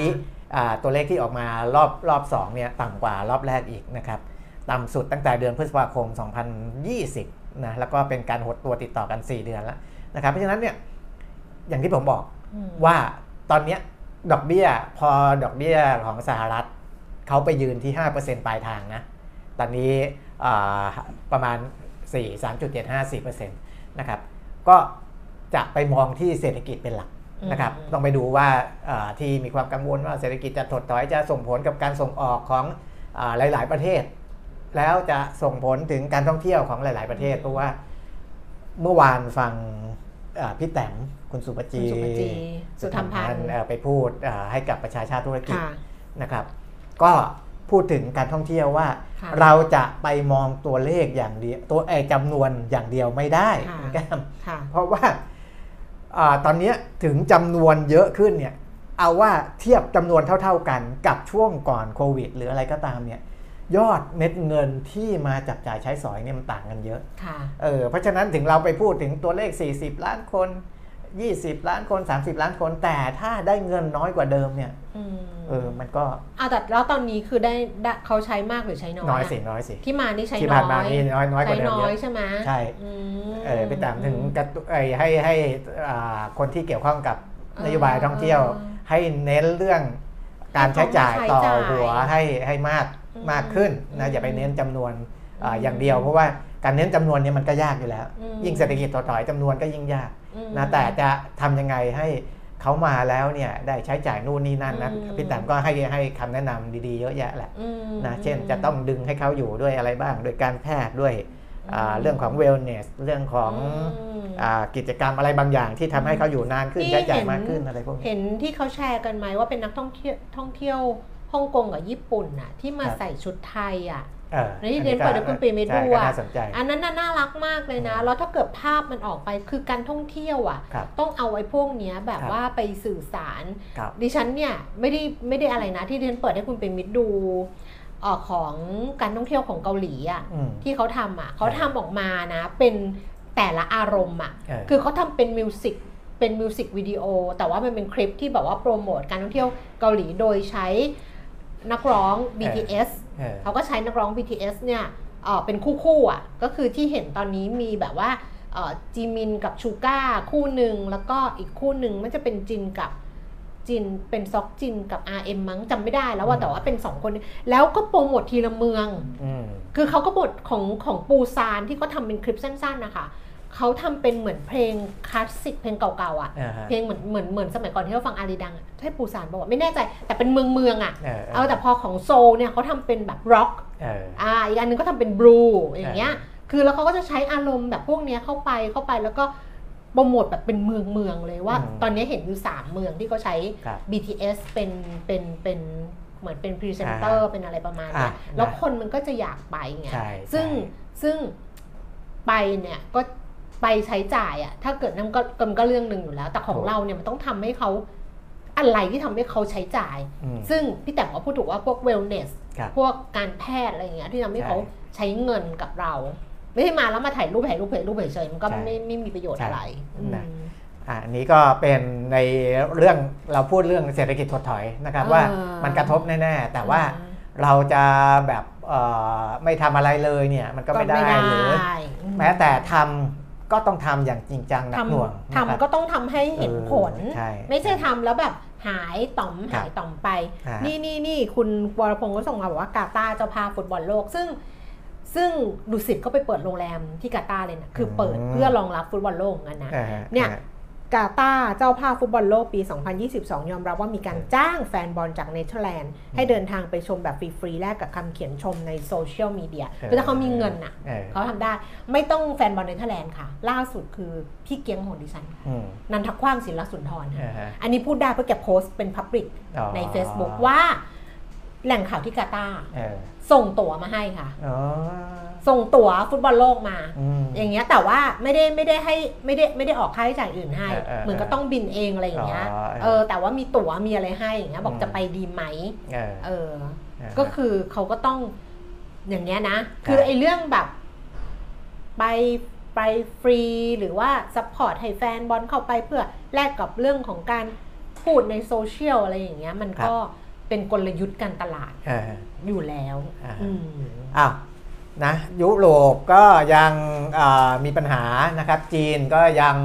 ตัวเลขที่ออกมารอบรอบสองเนี่ยต่ำกว่ารอบแรกอีกนะครับต่ำสุดตั้งแต่เดือนพฤษภาคมสองพันยี่สิบนะแล้วก็เป็นการหดตัวติดต่อกันสี่เดือนแล้วนะครับเพราะฉะนั้นเนี่ยอย่างที่ผมบอกว่าตอนนี้ดอกเบี้ยพอดอกเบี้ยของสหรัฐเขาไปยืนที่ ห้าเปอร์เซ็นต์ ปลายทางนะตอนนี้ประมาณ สามจุดเจ็ดห้า สี่เปอร์เซ็นต์ นะครับก็จะไปมองที่เศรษฐกิจเป็นหลักนะครับต้องไปดูว่าที่มีความกังวลว่าเศรษฐกิจจะถดถอยจะส่งผลกับการส่งออกของหลายๆประเทศแล้วจะส่งผลถึงการท่องเที่ยวของหลายๆประเทศเพราะว่าเมื่อวานฟังพี่แต้มคุณสุปจีสุธรรมพันธ์ไปพูดให้กับประชาชาติธุรกิจนะครับก็พูดถึงการท่องเที่ยวว่าเราจะไปมองตัวเลขอย่างเดียวตัวไอ้จำนวนอย่างเดียวไม่ได้นะครับเพราะว่าตอนนี้ถึงจำนวนเยอะขึ้นเนี่ยเอาว่าเทียบจำนวนเท่าๆกันกับช่วงก่อนโควิดหรืออะไรก็ตามเนี่ยยอดเม็ดเงินที่มาจับจ่ายใช้สอยเนี่ยมันต่างกันเยอะเออเพราะฉะนั้นถึงเราไปพูดถึงตัวเลขสี่สิบล้านคนยี่สิบล้านคนสามสิบล้านคนแต่ถ้าได้เงินน้อยกว่าเดิมเนี่ยเออมันก็อ่ะแต่แล้วตอนนี้คือได้เขาใช้มากหรือใช้น้อยน้อยสิน้อยสิที่มานี่ใช้น้อยที่ผ่านมานี่น้อยน้อยกว่าเดิมเยอะใช่ไหมใช่เออไปตามถึงให้ให้คนที่เกี่ยวข้องกับนโยบายท่องเที่ยวให้เน้นเรื่องการใช้จ่ายต่อหัวให้ให้มากมากขึ้นนะอย่าไปเน้นจำนวนอย่างเดียวเพราะว่าการเน้นจำนวนนี้มันก็ยากอยู่แล้วยิ่งเศรษฐกิจถดถอยจำนวนก็ยิ่งยากนะแต่จะทำยังไงให้เขามาแล้วเนี่ยได้ใช้จ่ายนู่นนี่นั่นนะพี่แต้มก็ให้ให้คำแนะนำดีๆเยอะแยะแหละนะเช่นจะต้องดึงให้เขาอยู่ด้วยอะไรบ้างโดยการแพทย์ด้วยเรื่องของ wellness เรื่องของกิจกรรมอะไรบางอย่างที่ทำให้เขาอยู่นานขึ้นใช้จ่ายมากขึ้นอะไรพวกนี้เห็นที่เขาแชร์กันไหมว่าเป็นนักท่องเที่ยวท่องเที่ยวฮ่องกงกับญี่ปุ่นน่ะที่มาใส่ชุดไทยอ่ะนี่เรียนเปิดคุณปีเมดูอ่ะอันนั้นน่ารักมากเลยนะแล้วถ้าเกิดภาพมันออกไปคือการท่องเที่ยวอ่ะต้องเอาไอ้พวกเนี้ยแบบว่าไปสื่อสารดิฉันเนี่ยไม่ได้ไม่ได้อะไรนะที่เรียนเปิดให้คุณปีเมดูของการท่องเที่ยวของเกาหลีอ่ะที่เขาทำอ่ะเขาทำออกมานะเป็นแต่ละอารมณ์อ่ะคือเขาทำเป็นมิวสิกเป็นมิวสิกวิดีโอแต่ว่ามันเป็นคลิปที่แบบว่าโปรโมทการท่องเที่ยวเกาหลีโดยใช้นักร้อง บี ที เอส เขาก็ใช้นักร้อง บี ที เอส เนี่ยเป็นคู่ๆอ่ะก็คือที่เห็นตอนนี้มีแบบว่าจีมินกับชูก้าคู่หนึ่งแล้วก็อีกคู่หนึ่งมันจะเป็นจินกับจินเป็นซอกจินกับ อาร์ เอ็ม มั้งจำไม่ได้แล้วว่าแต่ว่าเป็นสองคนแล้วก็โปรโมททีละเมืองคือเขาก็บทของของปูซานที่เขาทำเป็นคลิปสั้นๆนะคะเขาทำเป็นเหมือนเพลงคลาสสิกเพลงเก่าๆอ่ะเพลงเหมือนเหมือนเหมือนสมัยก่อนที่เราฟังอารีดังอ่ะใช่ปูซานบอกว่าไม่แน่ใจแต่เป็นเมืองเมืองอ่ะเอาแต่พอของโซลเนี่ยเขาทำเป็นแบบร็อกอ่าอีกอันนึงก็ทำเป็นบลูอย่างเงี้ยคือแล้วเขาก็จะใช้อารมณ์แบบพวกเนี้ยเข้าไปเข้าไปแล้วก็โปรโมทแบบเป็นเมืองเมืองเลยว่าตอนนี้เห็นอยู่สามเมืองที่เขาใช้ บี ที เอส เป็นเป็นเป็นเหมือนเป็นพรีเซนเตอร์เป็นอะไรประมาณนี้แล้วคนมันก็จะอยากไปไงซึ่งซึ่งไปเนี่ยก็ไปใช้จ่ายอ่ะถ้าเกิดนั่นก็ก็เรื่องนึงอยู่แล้วแต่ของเราเนี่ยมันต้องทำให้เขาอะไรที่ทำให้เขาใช้จ่ายซึ่งพี่แต้มก็พูดถูกว่าพวก wellness พวกการแพทย์อะไรอย่างเงี้ยที่ทำให้เขาใช้เงินกับเราไม่ใช่มาแล้วมาถ่ายรูปถ่ายรูปถ่ายรูปเฉยๆมันก็ไม่ไม่มีประโยชน์อะไรอันนี้ก็เป็นในเรื่องเราพูดเรื่องเศรษฐกิจถดถอยนะครับว่ามันกระทบแน่ๆแต่ว่าเราจะแบบไม่ทำอะไรเลยเนี่ยมันก็ไม่ได้หรือแม้แต่ทำก็ต้องทำอย่างจริงจังหนักหน่วงทำก็ต้องทำให้เห็นผลไม่ใช่ทำแล้วแบบหายต่อมหายต่อมไปนี่นี่นี่คุณวรพงศ์ก็ส่งมาบอกว่ากาตาร์เจ้าภาพฟุตบอลโลกซึ่งซึ่งดุสิตก็ไปเปิดโรงแรมที่กาตาร์เลยนะคือเปิดเพื่อรองรับฟุตบอลโลกกันนะเนี่ยกาตาร์เจ้าภาพฟุตบอลโลกปีสองพันยี่สิบสองยอมรับว่ามีการจ้างแฟนบอลจากเนเธอร์แลนด์ให้เดินทางไปชมแบบฟรีๆแลกกับคำเขียนชมในโซเชียลมีเดียคือถ้าเขามีเงินน่ะเขาทำได้ไม่ต้องแฟนบอลเนเธอร์แลนด์ค่ะล่าสุดคือพี่เกียงของดิฉันนันทกว้างศิลสุนทรอันนี้พูดได้เพราะแกโพสต์เป็นพับลิกใน Facebook ว่าแหล่งข่าวที่กาตาร์ส่งตั๋วมาให้ค่ะส่งตั๋วฟุตบอลโลกมาอย่างเงี้ยแต่ว่าไม่ได้ไม่ได้ให้ไม่ได้ไม่ได้ออกค่าใช้จ่ายอื่นให้เหมือนก็ต้องบินเองอะไรอย่างเงี้ยเออแต่ว่ามีตั๋วมีอะไรให้อย่างเงี้ยบอกจะไปดีไหมเออก็คือเขาก็ต้องอย่างเงี้ยนะคือไอ้เรื่องแบบไปไปฟรีหรือว่าซัพพอร์ตให้แฟนบอลเข้าไปเพื่อแลกกับเรื่องของการพูดในโซเชียลอะไรอย่างเงี้ยมันก็เป็นกลยุทธ์การตลาดอยู่แล้วอ้าวนะยุโรปก็ยังมีปัญหานะครับจีนก็ยัง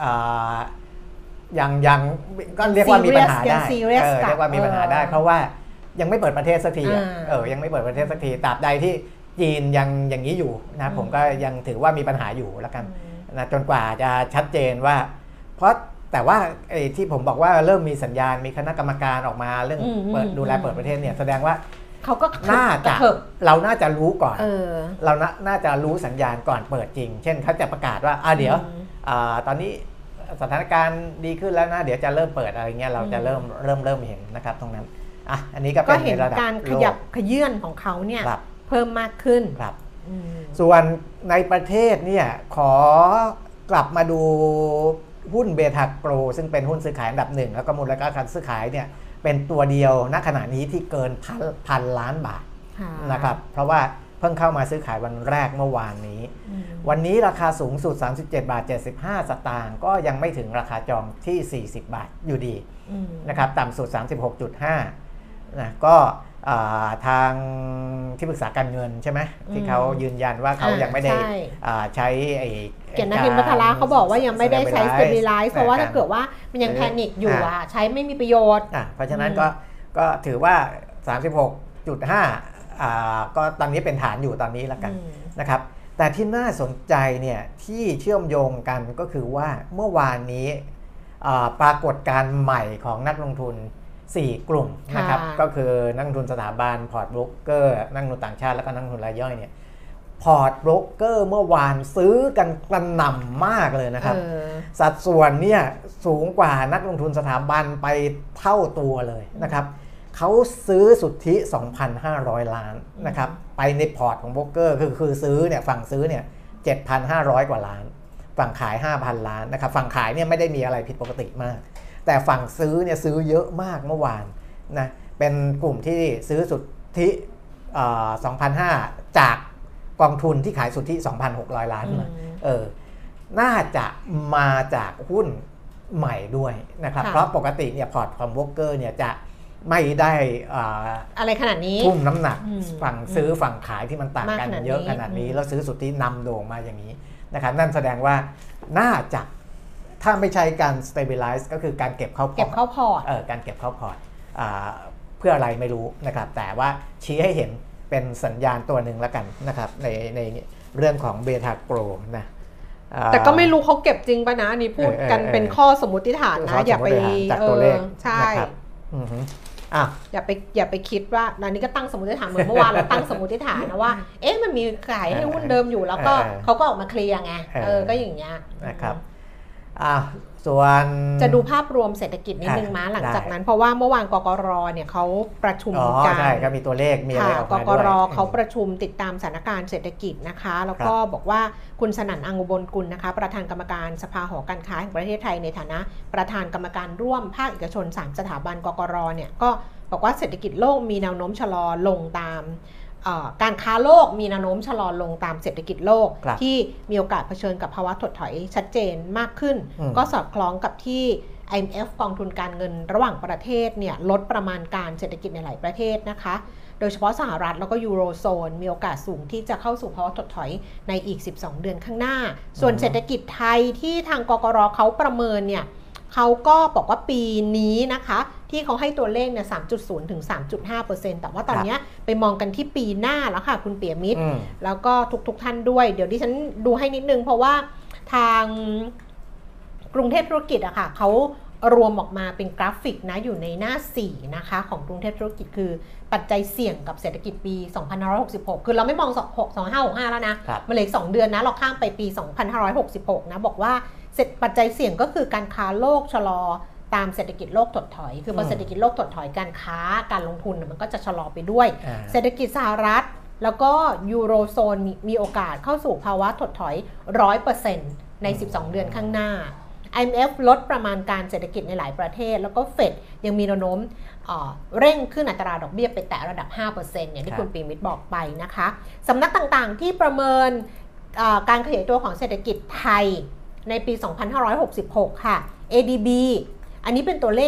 ยังยังก็เรียกว่ามีปัญหาได้เรียกว่ามีปัญหาได้เพราะว่ายังไม่เปิดประเทศสักทีเออยังไม่เปิดประเทศสักทีตราบใดที่จีนยังอย่างนี้อยู่นะผมก็ยังถือว่ามีปัญหาอยู่แล้วกันนะจนกว่าจะชัดเจนว่าเพราะแต่ว่าไอ้ที่ผมบอกว่าเริ่มมีสัญญาณมีคณะกรรมการออกมาเรื่องเปิดดูแลเปิดประเทศเนี่ยแสดงว่าเขาก็น่าจะเราน่าจะรู้ก่อนเราน่าจะรู้สัญญาณก่อนเปิดจริงเช่นเขาจะประกาศว่าอ่าเดี๋ยวตอนนี้สถานการณ์ดีขึ้นแล้วนะเดี๋ยวจะเริ่มเปิดอะไรเงี้ยเราจะเริ่มเริ่มเริ่มเห็นนะครับตรงนั้นอ่ะอันนี้ก็เป็นในระดับการขยับขยื่นของเขาเนี่ยเพิ่มมากขึ้นครับส่วนในประเทศเนี่ยขอกลับมาดูหุ้นเบทาโกรซึ่งเป็นหุ้นซื้อขายอันดับหนึ่งแล้วก็มูลค่าการซื้อขายเนี่ยเป็นตัวเดียวณขณะนี้ที่เกินพันล้านบาทนะครับเพราะว่าเพิ่งเข้ามาซื้อขายวันแรกเมื่อวานนี้วันนี้ราคาสูงสุดสามสิบเจ็ดบาทเจ็ดสิบห้าสตางค์ก็ยังไม่ถึงราคาจองที่สี่สิบบาทอยู่ดีนะครับต่ำสุด สามสิบหกจุดห้า นะก็ทางที่ปรึกษาการเงินใช่ไหมที่เขายืนยันว่าเขายังไม่ได้ใช้ไอ้เกียรตินาคินพัทราเขาบอกว่ายังไม่ได้ใช้ stabilize เพราะว่าถ้าเกิดว่ามันยังแพนิคอยู่อ่ะใช้ไม่มีประโยชน์เพราะฉะนั้นก็ก็ถือว่า สามสิบหกจุดห้า อ่าก็ตอนนี้เป็นฐานอยู่ตอนนี้แล้วกันนะครับแต่ที่น่าสนใจเนี่ยที่เชื่อมโยงกันก็คือว่าเมื่อวานนี้ปรากฏการณ์ใหม่ของนักลงทุนสี่กลุ่มนะครับก็คือนักลงทุนสถาบันพอร์ตโบรกเกอร์นักลงทุนต่างชาติแล้วก็นักลงทุนรายย่อยเนี่ยพอร์ตโบรกเกอร์เมื่อวานซื้อกันกระหน่ำมากเลยนะครับสัดส่วนเนี่ยสูงกว่านักลงทุนสถาบันไปเท่าตัวเลยนะครับเขาซื้อสุทธิ สองพันห้าร้อย ล้านนะครับไปในพอร์ตของโบรกเกอร์คือคือซื้อเนี่ยฝั่งซื้อเนี่ย เจ็ดพันห้าร้อย กว่าล้านฝั่งขาย ห้าพัน ล้านนะครับฝั่งขายเนี่ยไม่ได้มีอะไรผิดปกติมากแต่ฝั่งซื้อเนี่ยซื้อเยอะมากเมื่อวานนะเป็นกลุ่มที่ซื้อสุทธิ สองพันห้าร้อย จากกองทุนที่ขายสุทธิ สองพันหกร้อย ล้านมาเออน่าจะมาจากหุ้นใหม่ด้วยนะครับเพราะปกติเนี่ยพอร์ตของโบรกเกอร์เนี่ยจะไม่ได้อะไรขนาดนี้ทุ่มน้ำหนักฝั่งซื้อฝั่งขายที่มันต่างกันเยอะขนาดนี้แล้วซื้อสุทธินำโด่งมาอย่างนี้นะครับนั่นแสดงว่าน่าจะถ้าไม่ใช่การ stabilize ก็คือการเก็บเข้าพอร์ตเก็บเข้าพอร์ตเออการเก็บเข้าพอร์ตเพื่ออะไรไม่รู้นะครับแต่ว่าชี้ให้เห็นเป็นสัญญาณตัวหนึ่งแล้วกันนะครับในในเรื่องของเบทาโกรนะแต่ก็ไม่รู้เขาเก็บจริงป่ะนะนี่พูดกันเป็นข้อสมมติฐานนะอย่าไปจากตัวเลขใช่อย่าไปอย่าไปคิดว่าอันนี้ก็ตั้งสมมติฐานเหมือนเมื่อวานเราตั้งสมมติฐานนะว่าเอ๊ะมันมีขายให้หุ้นเดิมอยู่แล้วก็เขาก็ออกมาเคลียร์ไงเออก็อย่างเงี้ยนะครับอ่าส่วนจะดูภาพรวมเศรษฐกิจนิดนึงมาหลังจากนั้นเพราะว่าเมื่อวานกกร.เนี่ยเขาประชุมกันใช่ครับมีตัวเลขมีอะไรออกมาด้วยกกร.เขาประชุมติดตามสถานการณ์เศรษฐกิจนะคะแล้วก็บอกว่าคุณสนั่น อังอุบลกุลนะคะประธานกรรมการสภาหอการค้าแห่งประเทศไทยในฐานะประธานกรรมการร่วมภาคเอกชนสามสถาบันกกร.เนี่ยก็บอกว่าเศรษฐกิจโลกมีแนวโน้มชะลอลงตามการค้าโลกมีแนวโน้มชะลอลงตามเศรษฐกิจโลกที่มีโอกาสเผชิญกับภาวะถดถอยชัดเจนมากขึ้นก็สอดคล้องกับที่ ไอ เอ็ม เอฟ กองทุนการเงินระหว่างประเทศเนี่ยลดประมาณการเศรษฐกิจในหลายประเทศนะคะโดยเฉพาะสหรัฐแล้วก็ยูโรโซนมีโอกาสสูงที่จะเข้าสู่ภาวะถดถอยในอีกสิบสองเดือนข้างหน้าส่วนเศรษฐกิจไทยที่ทางกกร.เขาประเมินเนี่ยเขาก็บอกว่าปีนี้นะคะที่เขาให้ตัวเลขเนี่ย สามจุดศูนย์ ถึง สามจุดห้าเปอร์เซ็นต์ แต่ว่าตอนนี้ไปมองกันที่ปีหน้าแล้วค่ะคุณเปียมิตรแล้วก็ทุกๆท่านด้วยเดี๋ยวดิฉันดูให้นิดนึงเพราะว่าทางกรุงเทพธุรกิจอะค่ะเขารวมออกมาเป็นกราฟิกนะอยู่ในหน้าสี่นะคะของกรุงเทพธุรกิจคือปัจจัยเสี่ยงกับเศรษฐกิจปีสองพันห้าร้อยหกสิบหกคือเราไม่มองสองพันห้าร้อยหกสิบห้าแล้วนะมันเหลืออีกสองเดือนนะเราข้ามไปปีสองพันห้าร้อยหกสิบหกนะบอกว่าปัจจัยเสี่ยงก็คือการค้าโลกชะลอตามเศรษฐกิจโลกถดถอยคือพอเศรษฐกิจโลกถดถอยการค้าการลงทุนมันก็จะชะลอไปด้วยเศรษฐกิจสหรัฐแล้วก็ยูโรโซนมีโอกาสเข้าสู่ภาวะถดถอย ร้อยเปอร์เซ็นต์ ในสิบสองเดือนข้างหน้า ไอ เอ็ม เอฟ ลดประมาณการเศรษฐกิจในหลายประเทศแล้วก็เฟดยังมีแนวโน้มเร่งขึ้นอัตราดอกเบี้ยไปแตะระดับ ห้าเปอร์เซ็นต์ อย่างที่คุณปีมิตรบอกไปนะคะสำนักต่างๆที่ประเมินการขยายตัวของเศรษฐกิจไทยในปีสองพันห้าร้อยหกสิบหกค่ะ เอ ดี บี อันนี้เป็นตัวเลข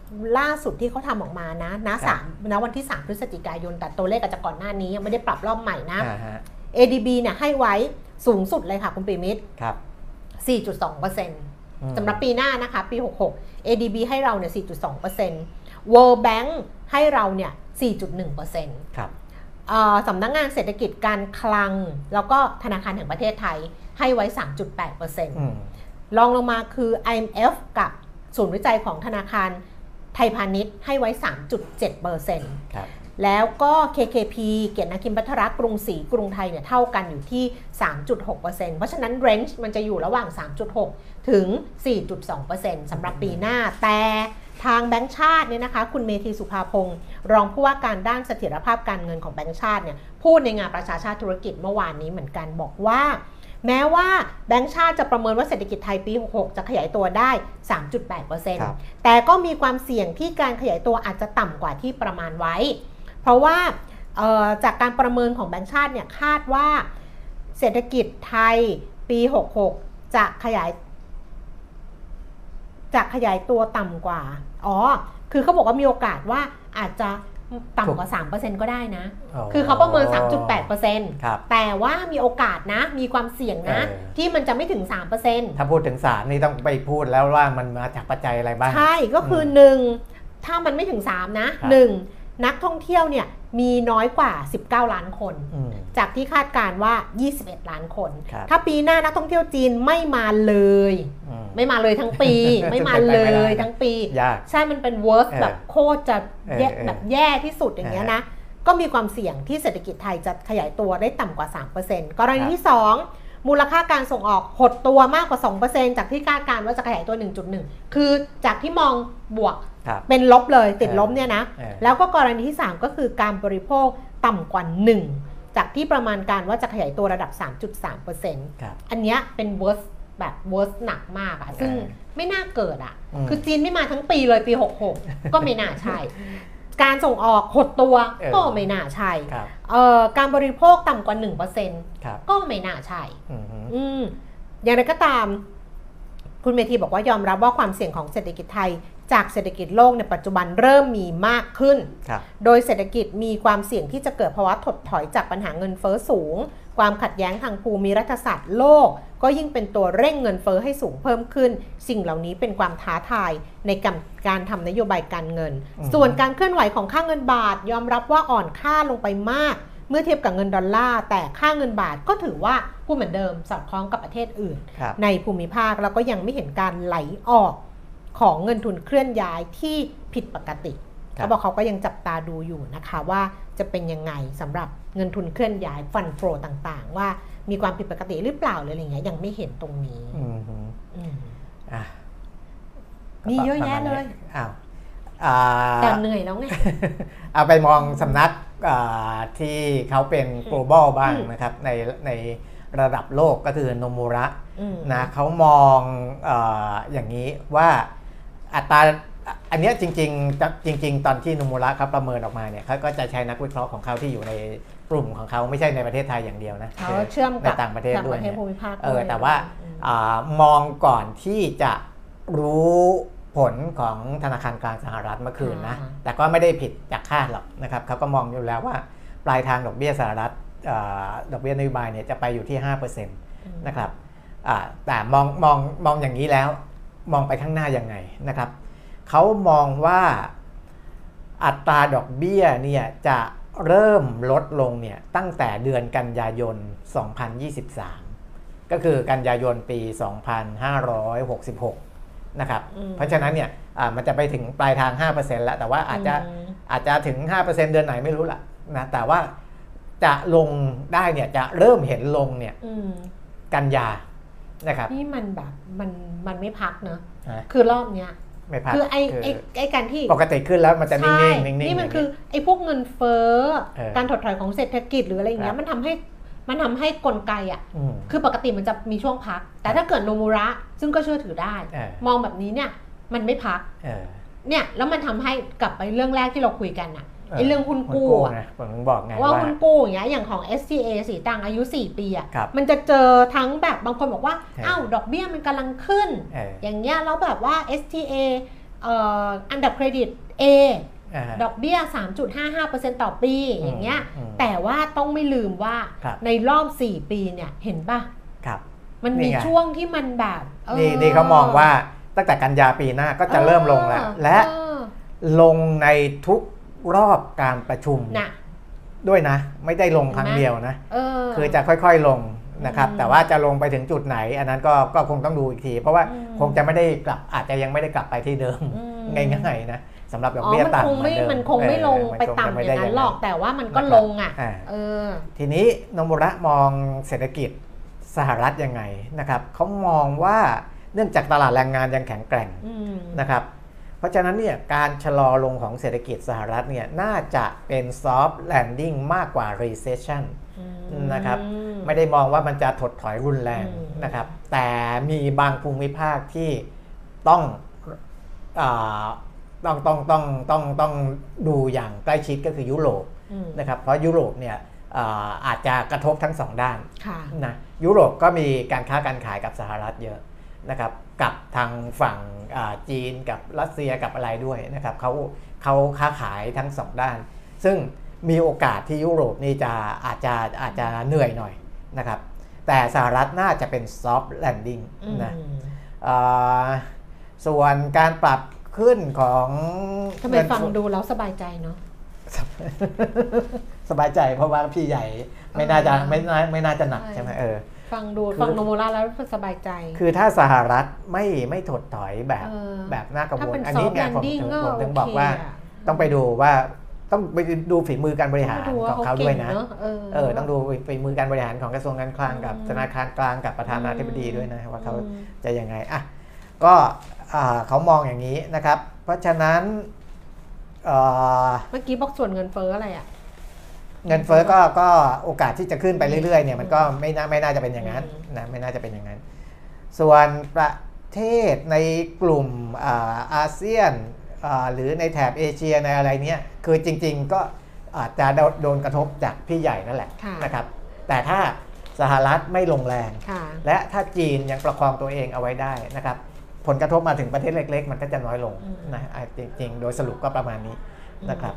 ล่าสุดที่เขาทำออกมานะนะสามณวันที่สามพฤศจิกายนแต่ตัวเลขอาจจะก่อนหน้านี้ยังไม่ได้ปรับรอบใหม่นะ เอ ดี บี เนี่ยให้ไว้สูงสุดเลยค่ะคุณปิมิตรครับสี่จุดสองเปอร์เซ็นต์ สำหรับปีหน้านะคะปีหกสิบหก เอ ดี บี ให้เราเนี่ย สี่จุดสองเปอร์เซ็นต์ World Bank ให้เราเนี่ย สี่จุดหนึ่งเปอร์เซ็นต์ครับสำนักงานเศรษฐกิจการคลังแล้วก็ธนาคารแห่งประเทศไทยให้ไว้ สามจุดแปดเปอร์เซ็นต์ รองลงมาคือ ไอ เอ็ม เอฟ กับศูนย์วิจัยของธนาคารไทยพาณิชย์ให้ไว้ สามจุดเจ็ดเปอร์เซ็นต์ครับแล้วก็ เค เค พี เกียรตินาคินภัทรกรุงศรีกรุงไทยเนี่ยเท่ากันอยู่ที่ สามจุดหกเปอร์เซ็นต์ เพราะฉะนั้น range มันจะอยู่ระหว่าง สามจุดหก ถึง สี่จุดสองเปอร์เซ็นต์ สำหรับปีหน้าแต่ทางแบงก์ชาติเนี่ยนะคะคุณเมธีสุภาพงศ์รองผู้ว่าการด้านเสถียรภาพการเงินของแบงก์ชาติเนี่ยพูดในงานประชาชาติธุรกิจเมื่อวานนี้เหมือนกันบอกว่าแม้ว่าแบงก์ชาติจะประเมินว่าเศรษฐกิจไทยปีหกสิบหกจะขยายตัวได้ สามจุดแปดเปอร์เซ็นต์ แต่ก็มีความเสี่ยงที่การขยายตัวอาจจะต่ำกว่าที่ประมาณไว้เพราะว่าจากการประเมินของแบงก์ชาติเนี่ยคาดว่าเศรษฐกิจไทยปีหกสิบหกจะขยายจะขยายตัวต่ำกว่าอ๋อคือเขาบอกว่ามีโอกาสว่าอาจจะต่ำกว่า สามเปอร์เซ็นต์ ก็ได้นะคือเขาประเมิน สามจุดแปดเปอร์เซ็นต์ แต่ว่ามีโอกาสนะมีความเสี่ยงนะที่มันจะไม่ถึง สามเปอร์เซ็นต์ถ้าพูดถึงสามนี่ต้องไปพูดแล้วว่ามันมาจากปัจจัยอะไรบ้างใช่ก็คือหนึ่งถ้ามันไม่ถึงสามนะหนึ่งนักท่องเที่ยวเนี่ยมีน้อยกว่าสิบเก้าล้านคนจากที่คาดการว่ายี่สิบเอ็ดล้านคนถ้าปีหน้านักท่องเที่ยวจีนไม่มาเลยไม่มาเลยทั้งปีไม่มาเลยทั้งปีใช่มันเป็น worst แบบโคตรจะแย่แบบแย่ที่สุดอย่างเงี้ยนะก็มีความเสี่ยงที่เศรษฐกิจไทยจะขยายตัวได้ต่ำกว่า สามเปอร์เซ็นต์ กรณีที่สองมูลค่าการส่งออกหดตัวมากกว่า สองเปอร์เซ็นต์ จากที่คาดการว่าจะขยายตัว หนึ่งจุดหนึ่ง คือจากที่มองบวกเป็นลบเลยติดลบเนี่ยนะแล้วก็กรณีที่สามก็คือการบริโภคต่ำกว่าหนึ่งจากที่ประมาณการว่าจะขยายตัวระดับ สามจุดสามเปอร์เซ็นต์ อันนี้เป็น worst แบบ worst หนักมากอ่ะซึ่งไม่น่าเกิดอ่ะคือจีนไม่มาทั้งปีเลยปีหกสิบหกก็ไม่น่าใช่การส่งออกหดตัวก็ไม่น่าใช่การบริโภคต่ำกว่า หนึ่งเปอร์เซ็นต์ ก็ไม่น่าใช่อืมอย่างไรก็ตามคุณเมธีบอกว่ายอมรับว่าความเสี่ยงของเศรษฐกิจไทยจากเศรษฐกิจโลกในปัจจุบันเริ่มมีมากขึ้นโดยเศรษฐกิจมีความเสี่ยงที่จะเกิดภาวะถดถอยจากปัญหาเงินเฟ้อสูงความขัดแย้งทางภูมิรัฐศาสตร์โลกก็ยิ่งเป็นตัวเร่งเงินเฟ้อให้สูงเพิ่มขึ้นสิ่งเหล่านี้เป็นความท้าทายในการการทำนโยบายการเงินส่วนการเคลื่อนไหวของค่าเงินบาทยอมรับว่าอ่อนค่าลงไปมากเมื่อเทียบกับเงินดอลลาร์แต่ค่าเงินบาทก็ถือว่าพูดเหมือนเดิมสอดคล้องกับประเทศอื่นในภูมิภาคแล้วก็ยังไม่เห็นการไหลออกของเงินทุนเคลื่อนย้ายที่ผิดปกติเขาบอกเขาก็ยังจับตาดูอยู่นะคะว่าจะเป็นยังไงสำหรับเงินทุนเคลื่อนย้ายฟันโฟลต่างๆว่ามีความผิดปกติหรือเปล่าหรืออะไรเงี้ยยังไม่เห็นตรงนี้มีเยอะแยะเลยอ้าวแต่เหนื่อยแล้วไงเอาไปมองสำนักที่เขาเป็น global บ้างนะครับในในระดับโลกก็คือโนมูระนะเขามองเอ่ออย่างนี้ว่าอัตราอันนี้จริงๆจริงๆตอนที่โนมูระเขาประเมินออกมาเนี่ยเขาก็จะใช้นักวิเคราะห์ของเขาที่อยู่ในกลุ่มของเขาไม่ใช่ในประเทศไทยอย่างเดียวนะเขาเชื่อมกับในต่างประเทศด้วยเออแต่ว่ามองก่อนที่จะรู้ผลของธนาคารกลางสหรัฐเมื่อคืนนะแต่ก็ไม่ได้ผิดจากคาดหรอกนะครับเขาก็มองอยู่แล้วว่าปลายทางดอกเบี้ยสหรัฐดอกเบี้ยนโยบายเนี่ยจะไปอยู่ที่ ห้าเปอร์เซ็นต์ นะครับแต่มองมองมองอย่างนี้แล้วมองไปข้างหน้ายังไงนะครับเขามองว่าอัตราดอกเบี้ยเนี่ยจะเริ่มลดลงเนี่ยตั้งแต่เดือนกันยายนสองพันยี่สิบสามก็คือกันยายนปีสองพันห้าร้อยหกสิบหกนะครับเพราะฉะนั้นเนี่ยมันจะไปถึงปลายทาง ห้าเปอร์เซ็นต์ แล้วแต่ว่าอาจจะอาจจะถึง ห้าเปอร์เซ็นต์ เดือนไหนไม่รู้ล่ะนะแต่ว่าจะลงได้เนี่ยจะเริ่มเห็นลงเนี่ยกันยานะครับนี่มันแบบมันมันไม่พักเนอะคือรอบเนี้ยไม่พักคือไอ้ไอ้ไอ้การที่ปกติขึ้นแล้วมันจะนิ่งๆนิ่งๆนี่มันคือไอ้พวกเงินเฟ้อการถดถอยของเศรษฐกิจหรืออะไรอย่างเงี้ยมันทำให้มันทำให้กลไกอ่ะคือปกติมันจะมีช่วงพักแต่ถ้าเกิดโนมูระซึ่งก็เชื่อถือได้มองแบบนี้เนี่ยมันไม่พักเนี่ยแล้วมันทำให้กลับไปเรื่องแรกที่เราคุยกันอ่ะไอ้เรื่องหุ้นกู้อ่ะผมบอกไงว่าหุ้นกู้อย่างเงี้ยอย่างของ เอส ที เอ สีตังอายุสี่ปีอ่ะมันจะเจอทั้งแบบบางคนบอกว่าอ้าวดอกเบี้ยมันกำลังขึ้นอย่างเงี้ยแล้วแบบว่า เอส ที เอเอ่ออันดับเครดิต A ดอกเบี้ย สามจุดห้าห้าเปอร์เซ็นต์ ต่อปีอย่างเงี้ยแต่ว่าต้องไม่ลืมว่าในรอบสี่ปีเนี่ยเห็นป่ะมันมีช่วงที่มันแบบดีเขามองว่าตั้งแต่กันยาปีหน้าก็จะเริ่มลงแล้วและลงในทุกรอบการประชุมด้วยนะไม่ได้ลงครั้งเดียวนะคือจะค่อยๆลงนะครับแต่ว่าจะลงไปถึงจุดไหนอันนั้นก็ก็คงต้องดูอีกทีเพราะว่าคงจะไม่ได้กลับอาจจะยังไม่ได้กลับไปที่เดิมง่ายๆนะสำหรับดอกเบี้ยต่ำเหมือนเดิมมันคงไม่ลงไปต่ำอย่างนั้นหรอกแต่ว่ามันก็ลงอ่ะทีนี้โนมุระมองเศรษฐกิจสหรัฐยังไงนะครับเขามองว่าเนื่องจากตลาดแรงงานยังแข็งแกร่งนะครับเพราะฉะนั้นเนี่ยการชะลอลงของเศรษฐกิจสหรัฐเนี่ยน่าจะเป็น soft landing มากกว่า recession นะครับไม่ได้มองว่ามันจะถดถอยรุนแรงนะครับแต่มีบางภูมิภาคที่ต้องต้องต้องต้องต้องต้องดูอย่างใกล้ชิดก็คือยุโรปนะครับเพราะยุโรปเนี่ยอาจจะกระทบทั้งสองด้านนะยุโรปก็มีการค้าการขายกับสหรัฐเยอะนะครับกับทางฝั่งจีนกับรัสเซียกับอะไรด้วยนะครับเขาเขาค้าขายทั้งสองด้านซึ่งมีโอกาสที่ยุโรปนี่จะอาจจะอาจจะเหนื่อยหน่อยนะครับแต่สหรัฐน่าจะเป็น soft landing นะส่วนการปรับขึ้นของทำไมฟังดูแล้วสบายใจเนาะสบายใจเพราะว่าพี่ใหญ่ไม่น่าจะไม่น่าไม่น่าจะหนักใช่ไหมเออฟังดูฟังโนโมระแล้วสบายใจคือถ้าสหรัฐไม่ไม่ถดถอยแบบแบบน่ากังวลอันนี้เนี่ยผมถึงผมถึงบอกว่าต้องไปดูว่าต้องไปดูฝีมือการบริหารของเขาด้วยนะเออต้องดูฝีมือการบริหารของกระทรวงการคลังกับธนาคารกลางกับประธานาธิบดีด้วยนะว่าเขาจะยังไงอ่ะก็เขามองอย่างนี้นะครับเพราะฉะนั้นเมื่อกี้บอกส่วนเงินเฟ้ออะไรอ่ะเงินเฟ้อก็ก็โอกาสที่จะขึ้นไปเรื่อยๆเนี่ยมันก็ไม่น่าไม่น่าจะเป็นอย่างนั้นนะไม่น่าจะเป็นอย่างนั้นส่วนประเทศในกลุ่มอาเซียนหรือในแถบเอเชียในอะไรเนี้ยคือจริงๆก็อาจจะโดนกระทบจากพี่ใหญ่นั่นแหละนะครับแต่ถ้าสหรัฐไม่ลงแรงและถ้าจีนยังประคองตัวเองเอาไว้ได้นะครับผลกระทบมาถึงประเทศเล็กๆมันก็จะน้อยลงนะจริงๆโดยสรุปก็ประมาณนี้นะครับ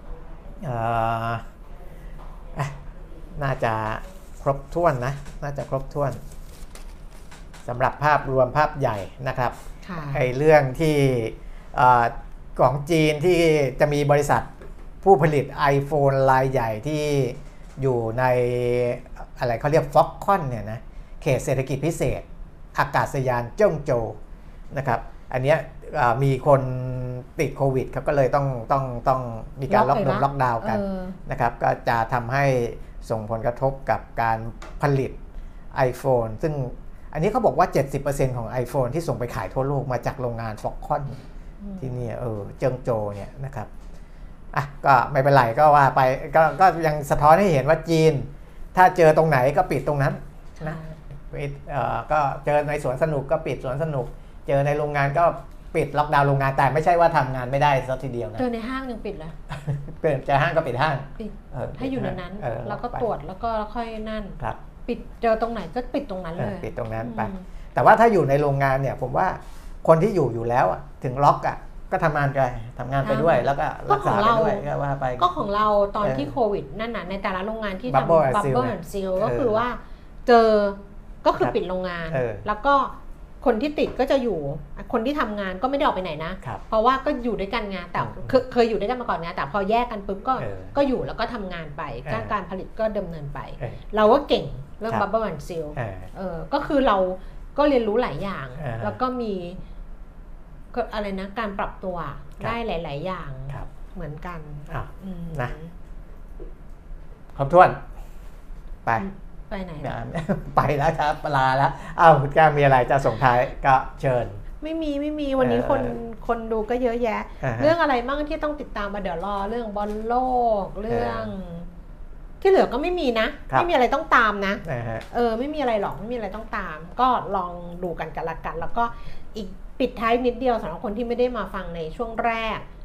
น่าจะครบถ้วนนะน่าจะครบถ้วนสำหรับภาพรวมภาพใหญ่นะครับไอ้เรื่องที่ของจีนที่จะมีบริษัทผู้ผลิต iPhone รายใหญ่ที่อยู่ในอะไรเขาเรียก Foxconn เนี่ยนะเขตเศรษฐกิจพิเศษอากาศยานเจิ้งโจวนะครับอันเนี้ยมีคนติดโควิดเขาก็เลยต้องต้องต้องมีการล็อกดาวน์ล็อกดาวน์กันนะครับก็จะทำให้ส่งผลกระทบกับการผลิต iPhone ซึ่งอันนี้เขาบอกว่า เจ็ดสิบเปอร์เซ็นต์ ของ iPhone ที่ส่งไปขายทั่วโลกมาจากโรงงาน Foxconn ที่นี่เออเจิ้งโจวเนี่ยนะครับอ่ะก็ไม่เป็นไรก็ว่าไปก็ก็ยังสะท้อนให้เห็นว่าจีนถ้าเจอตรงไหนก็ปิดตรงนั้นนะปิดเอ่อก็เจอในสวนสนุกก็ปิดสวนสนุกเจอในโรงงานก็ปิดล็อกดาวน์โรงงานแต่ไม่ใช่ว่าทำงานไม่ได้ซะทีเดียวนะเจอในห้างยังปิดเลยเปิดจะห้างก็ปิดห้างปิดให้อยู่ในนั้นแล้วก็ตรวจแล้วก็ค่อยนั่นปิดเจอตรงไหนก็ปิดตรงนั้นเลยปิดตรงนั้นไปแต่ว่าถ้าอยู่ในโรงงานเนี่ยผมว่าคนที่อยู่อยู่แล้วถึงล็อกอ่ะก็ทำงานไปทำงานไปด้วยแล้วก็รักษาไปด้วยก็ว่าไปก็ของเราตอนที่โควิดนั่นน่ะในแต่ละโรงงานที่ทำ Bubble and Seal ก็คือว่าเจอก็คือปิดโรงงานแล้วก็คนที่ติดก็จะอยู่คนที่ทำงานก็ไม่ได้ออกไปไหนนะเพราะว่าก็อยู่ด้วยกันไงแต่เคยอยู่ด้วยกันมาก่อนไงแต่พอแยกกันปุ๊บก็ก็อยู่แล้วก็ทำงานไปการผลิตก็ดำเนินไปเราก็เก่งเรื่อง Bubble and Seal เออก็คือเราก็เรียนรู้หลายอย่างแล้วก็มีก็อะไรนะการปรับตัวได้หลายๆอย่างเหมือนกันนะครบถ้วนไปไปไหนไปแล้วครับลาแล้วอ้าวคุณก้ามีอะไรจะส่งท้ายก็เชิญไม่มีไม่มีวันนี้คนคนดูก็เยอะแยะเรื่องอะไรบ้างที่ต้องติดตามมาเดี๋ยวรอเรื่องบอลโลกเรื่องที่เหลือก็ไม่มีนะไม่มีอะไรต้องตามนะเออไม่มีอะไรหรอกไม่มีอะไรต้องตามก็ลองดูกันกันละกันแล้วก็อีกปิดท้ายนิดเดียวสำหรับคนที่ไม่ได้มาฟังในช่วงแรก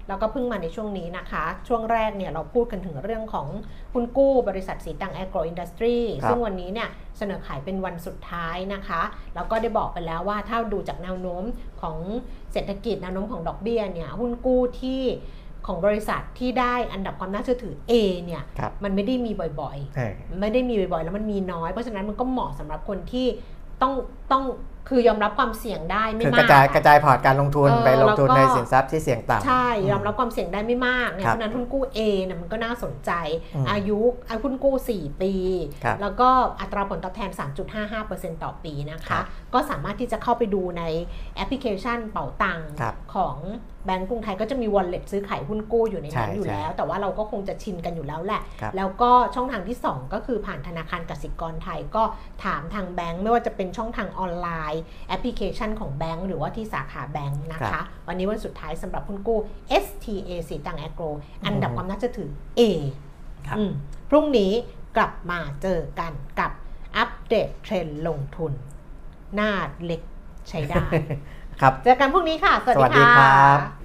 แล้วก็เพิ่งมาในช่วงนี้นะคะช่วงแรกเนี่ยเราพูดกันถึงเรื่องของหุ้นกู้บริษัทสีตังแอโกรอินดัสทรีซึ่งวันนี้เนี่ยเสนอขายเป็นวันสุดท้ายนะคะแล้วก็ได้บอกไปแล้วว่าถ้าดูจากแนวโน้มของเศรษฐกิจแนวโน้มของดอกเบี้ยเนี่ยหุ้นกู้ที่ของบริษัทที่ได้อันดับความน่าเชื่อถือ A เนี่ยมันไม่ได้มีบ่อยๆไม่ได้มีบ่อยๆแล้วมันมีน้อยเพราะฉะนั้นมันก็เหมาะสำหรับคนที่ต้องต้องคือยอมรับความเสี่ยงได้ไม่มากกระจายกระจายพอร์ตการลงทุนไปลงทุนในสินทรัพย์ที่เสี่ยงต่ำใช่ยอมรับความเสี่ยงได้ไม่มากเนี่ยเพราะนั้นหุ้นกู้ A เนี่ยมันก็น่าสนใจอายุหุ้นกู้สี่ปีแล้วก็อัตราผลตอบแทน สามจุดห้าห้าเปอร์เซ็นต์ ต่อปีนะคะก็สามารถที่จะเข้าไปดูในแอปพลิเคชันเป๋าตังค์ของแบงก์กรุงไทยก็จะมี wallet ซื้อขายหุ้นกู้อยู่ในนั้นอยู่แล้วแต่ว่าเราก็คงจะชินกันอยู่แล้วแหละแล้วก็ช่องทางที่สองก็คือผ่านธนาคารกสิกรไทยก็ถามทางแบงก์ไม่ว่าจะเป็นช่องทางออนไลน์แอปพลิเคชันของแบงก์หรือว่าที่สาขาแบงก์นะคะวันนี้วันสุดท้ายสำหรับหุ้นกู้ เอส ที เอ สีตังแอโกรอันดับความน่าเชื่อถือ A พรุ่งนี้กลับมาเจอกันกับอัปเดตเทรนด์ลงทุนหน้าเล็กใช้ได้เจอกันพรุ่งนี้ค่ะสวัสดีครับ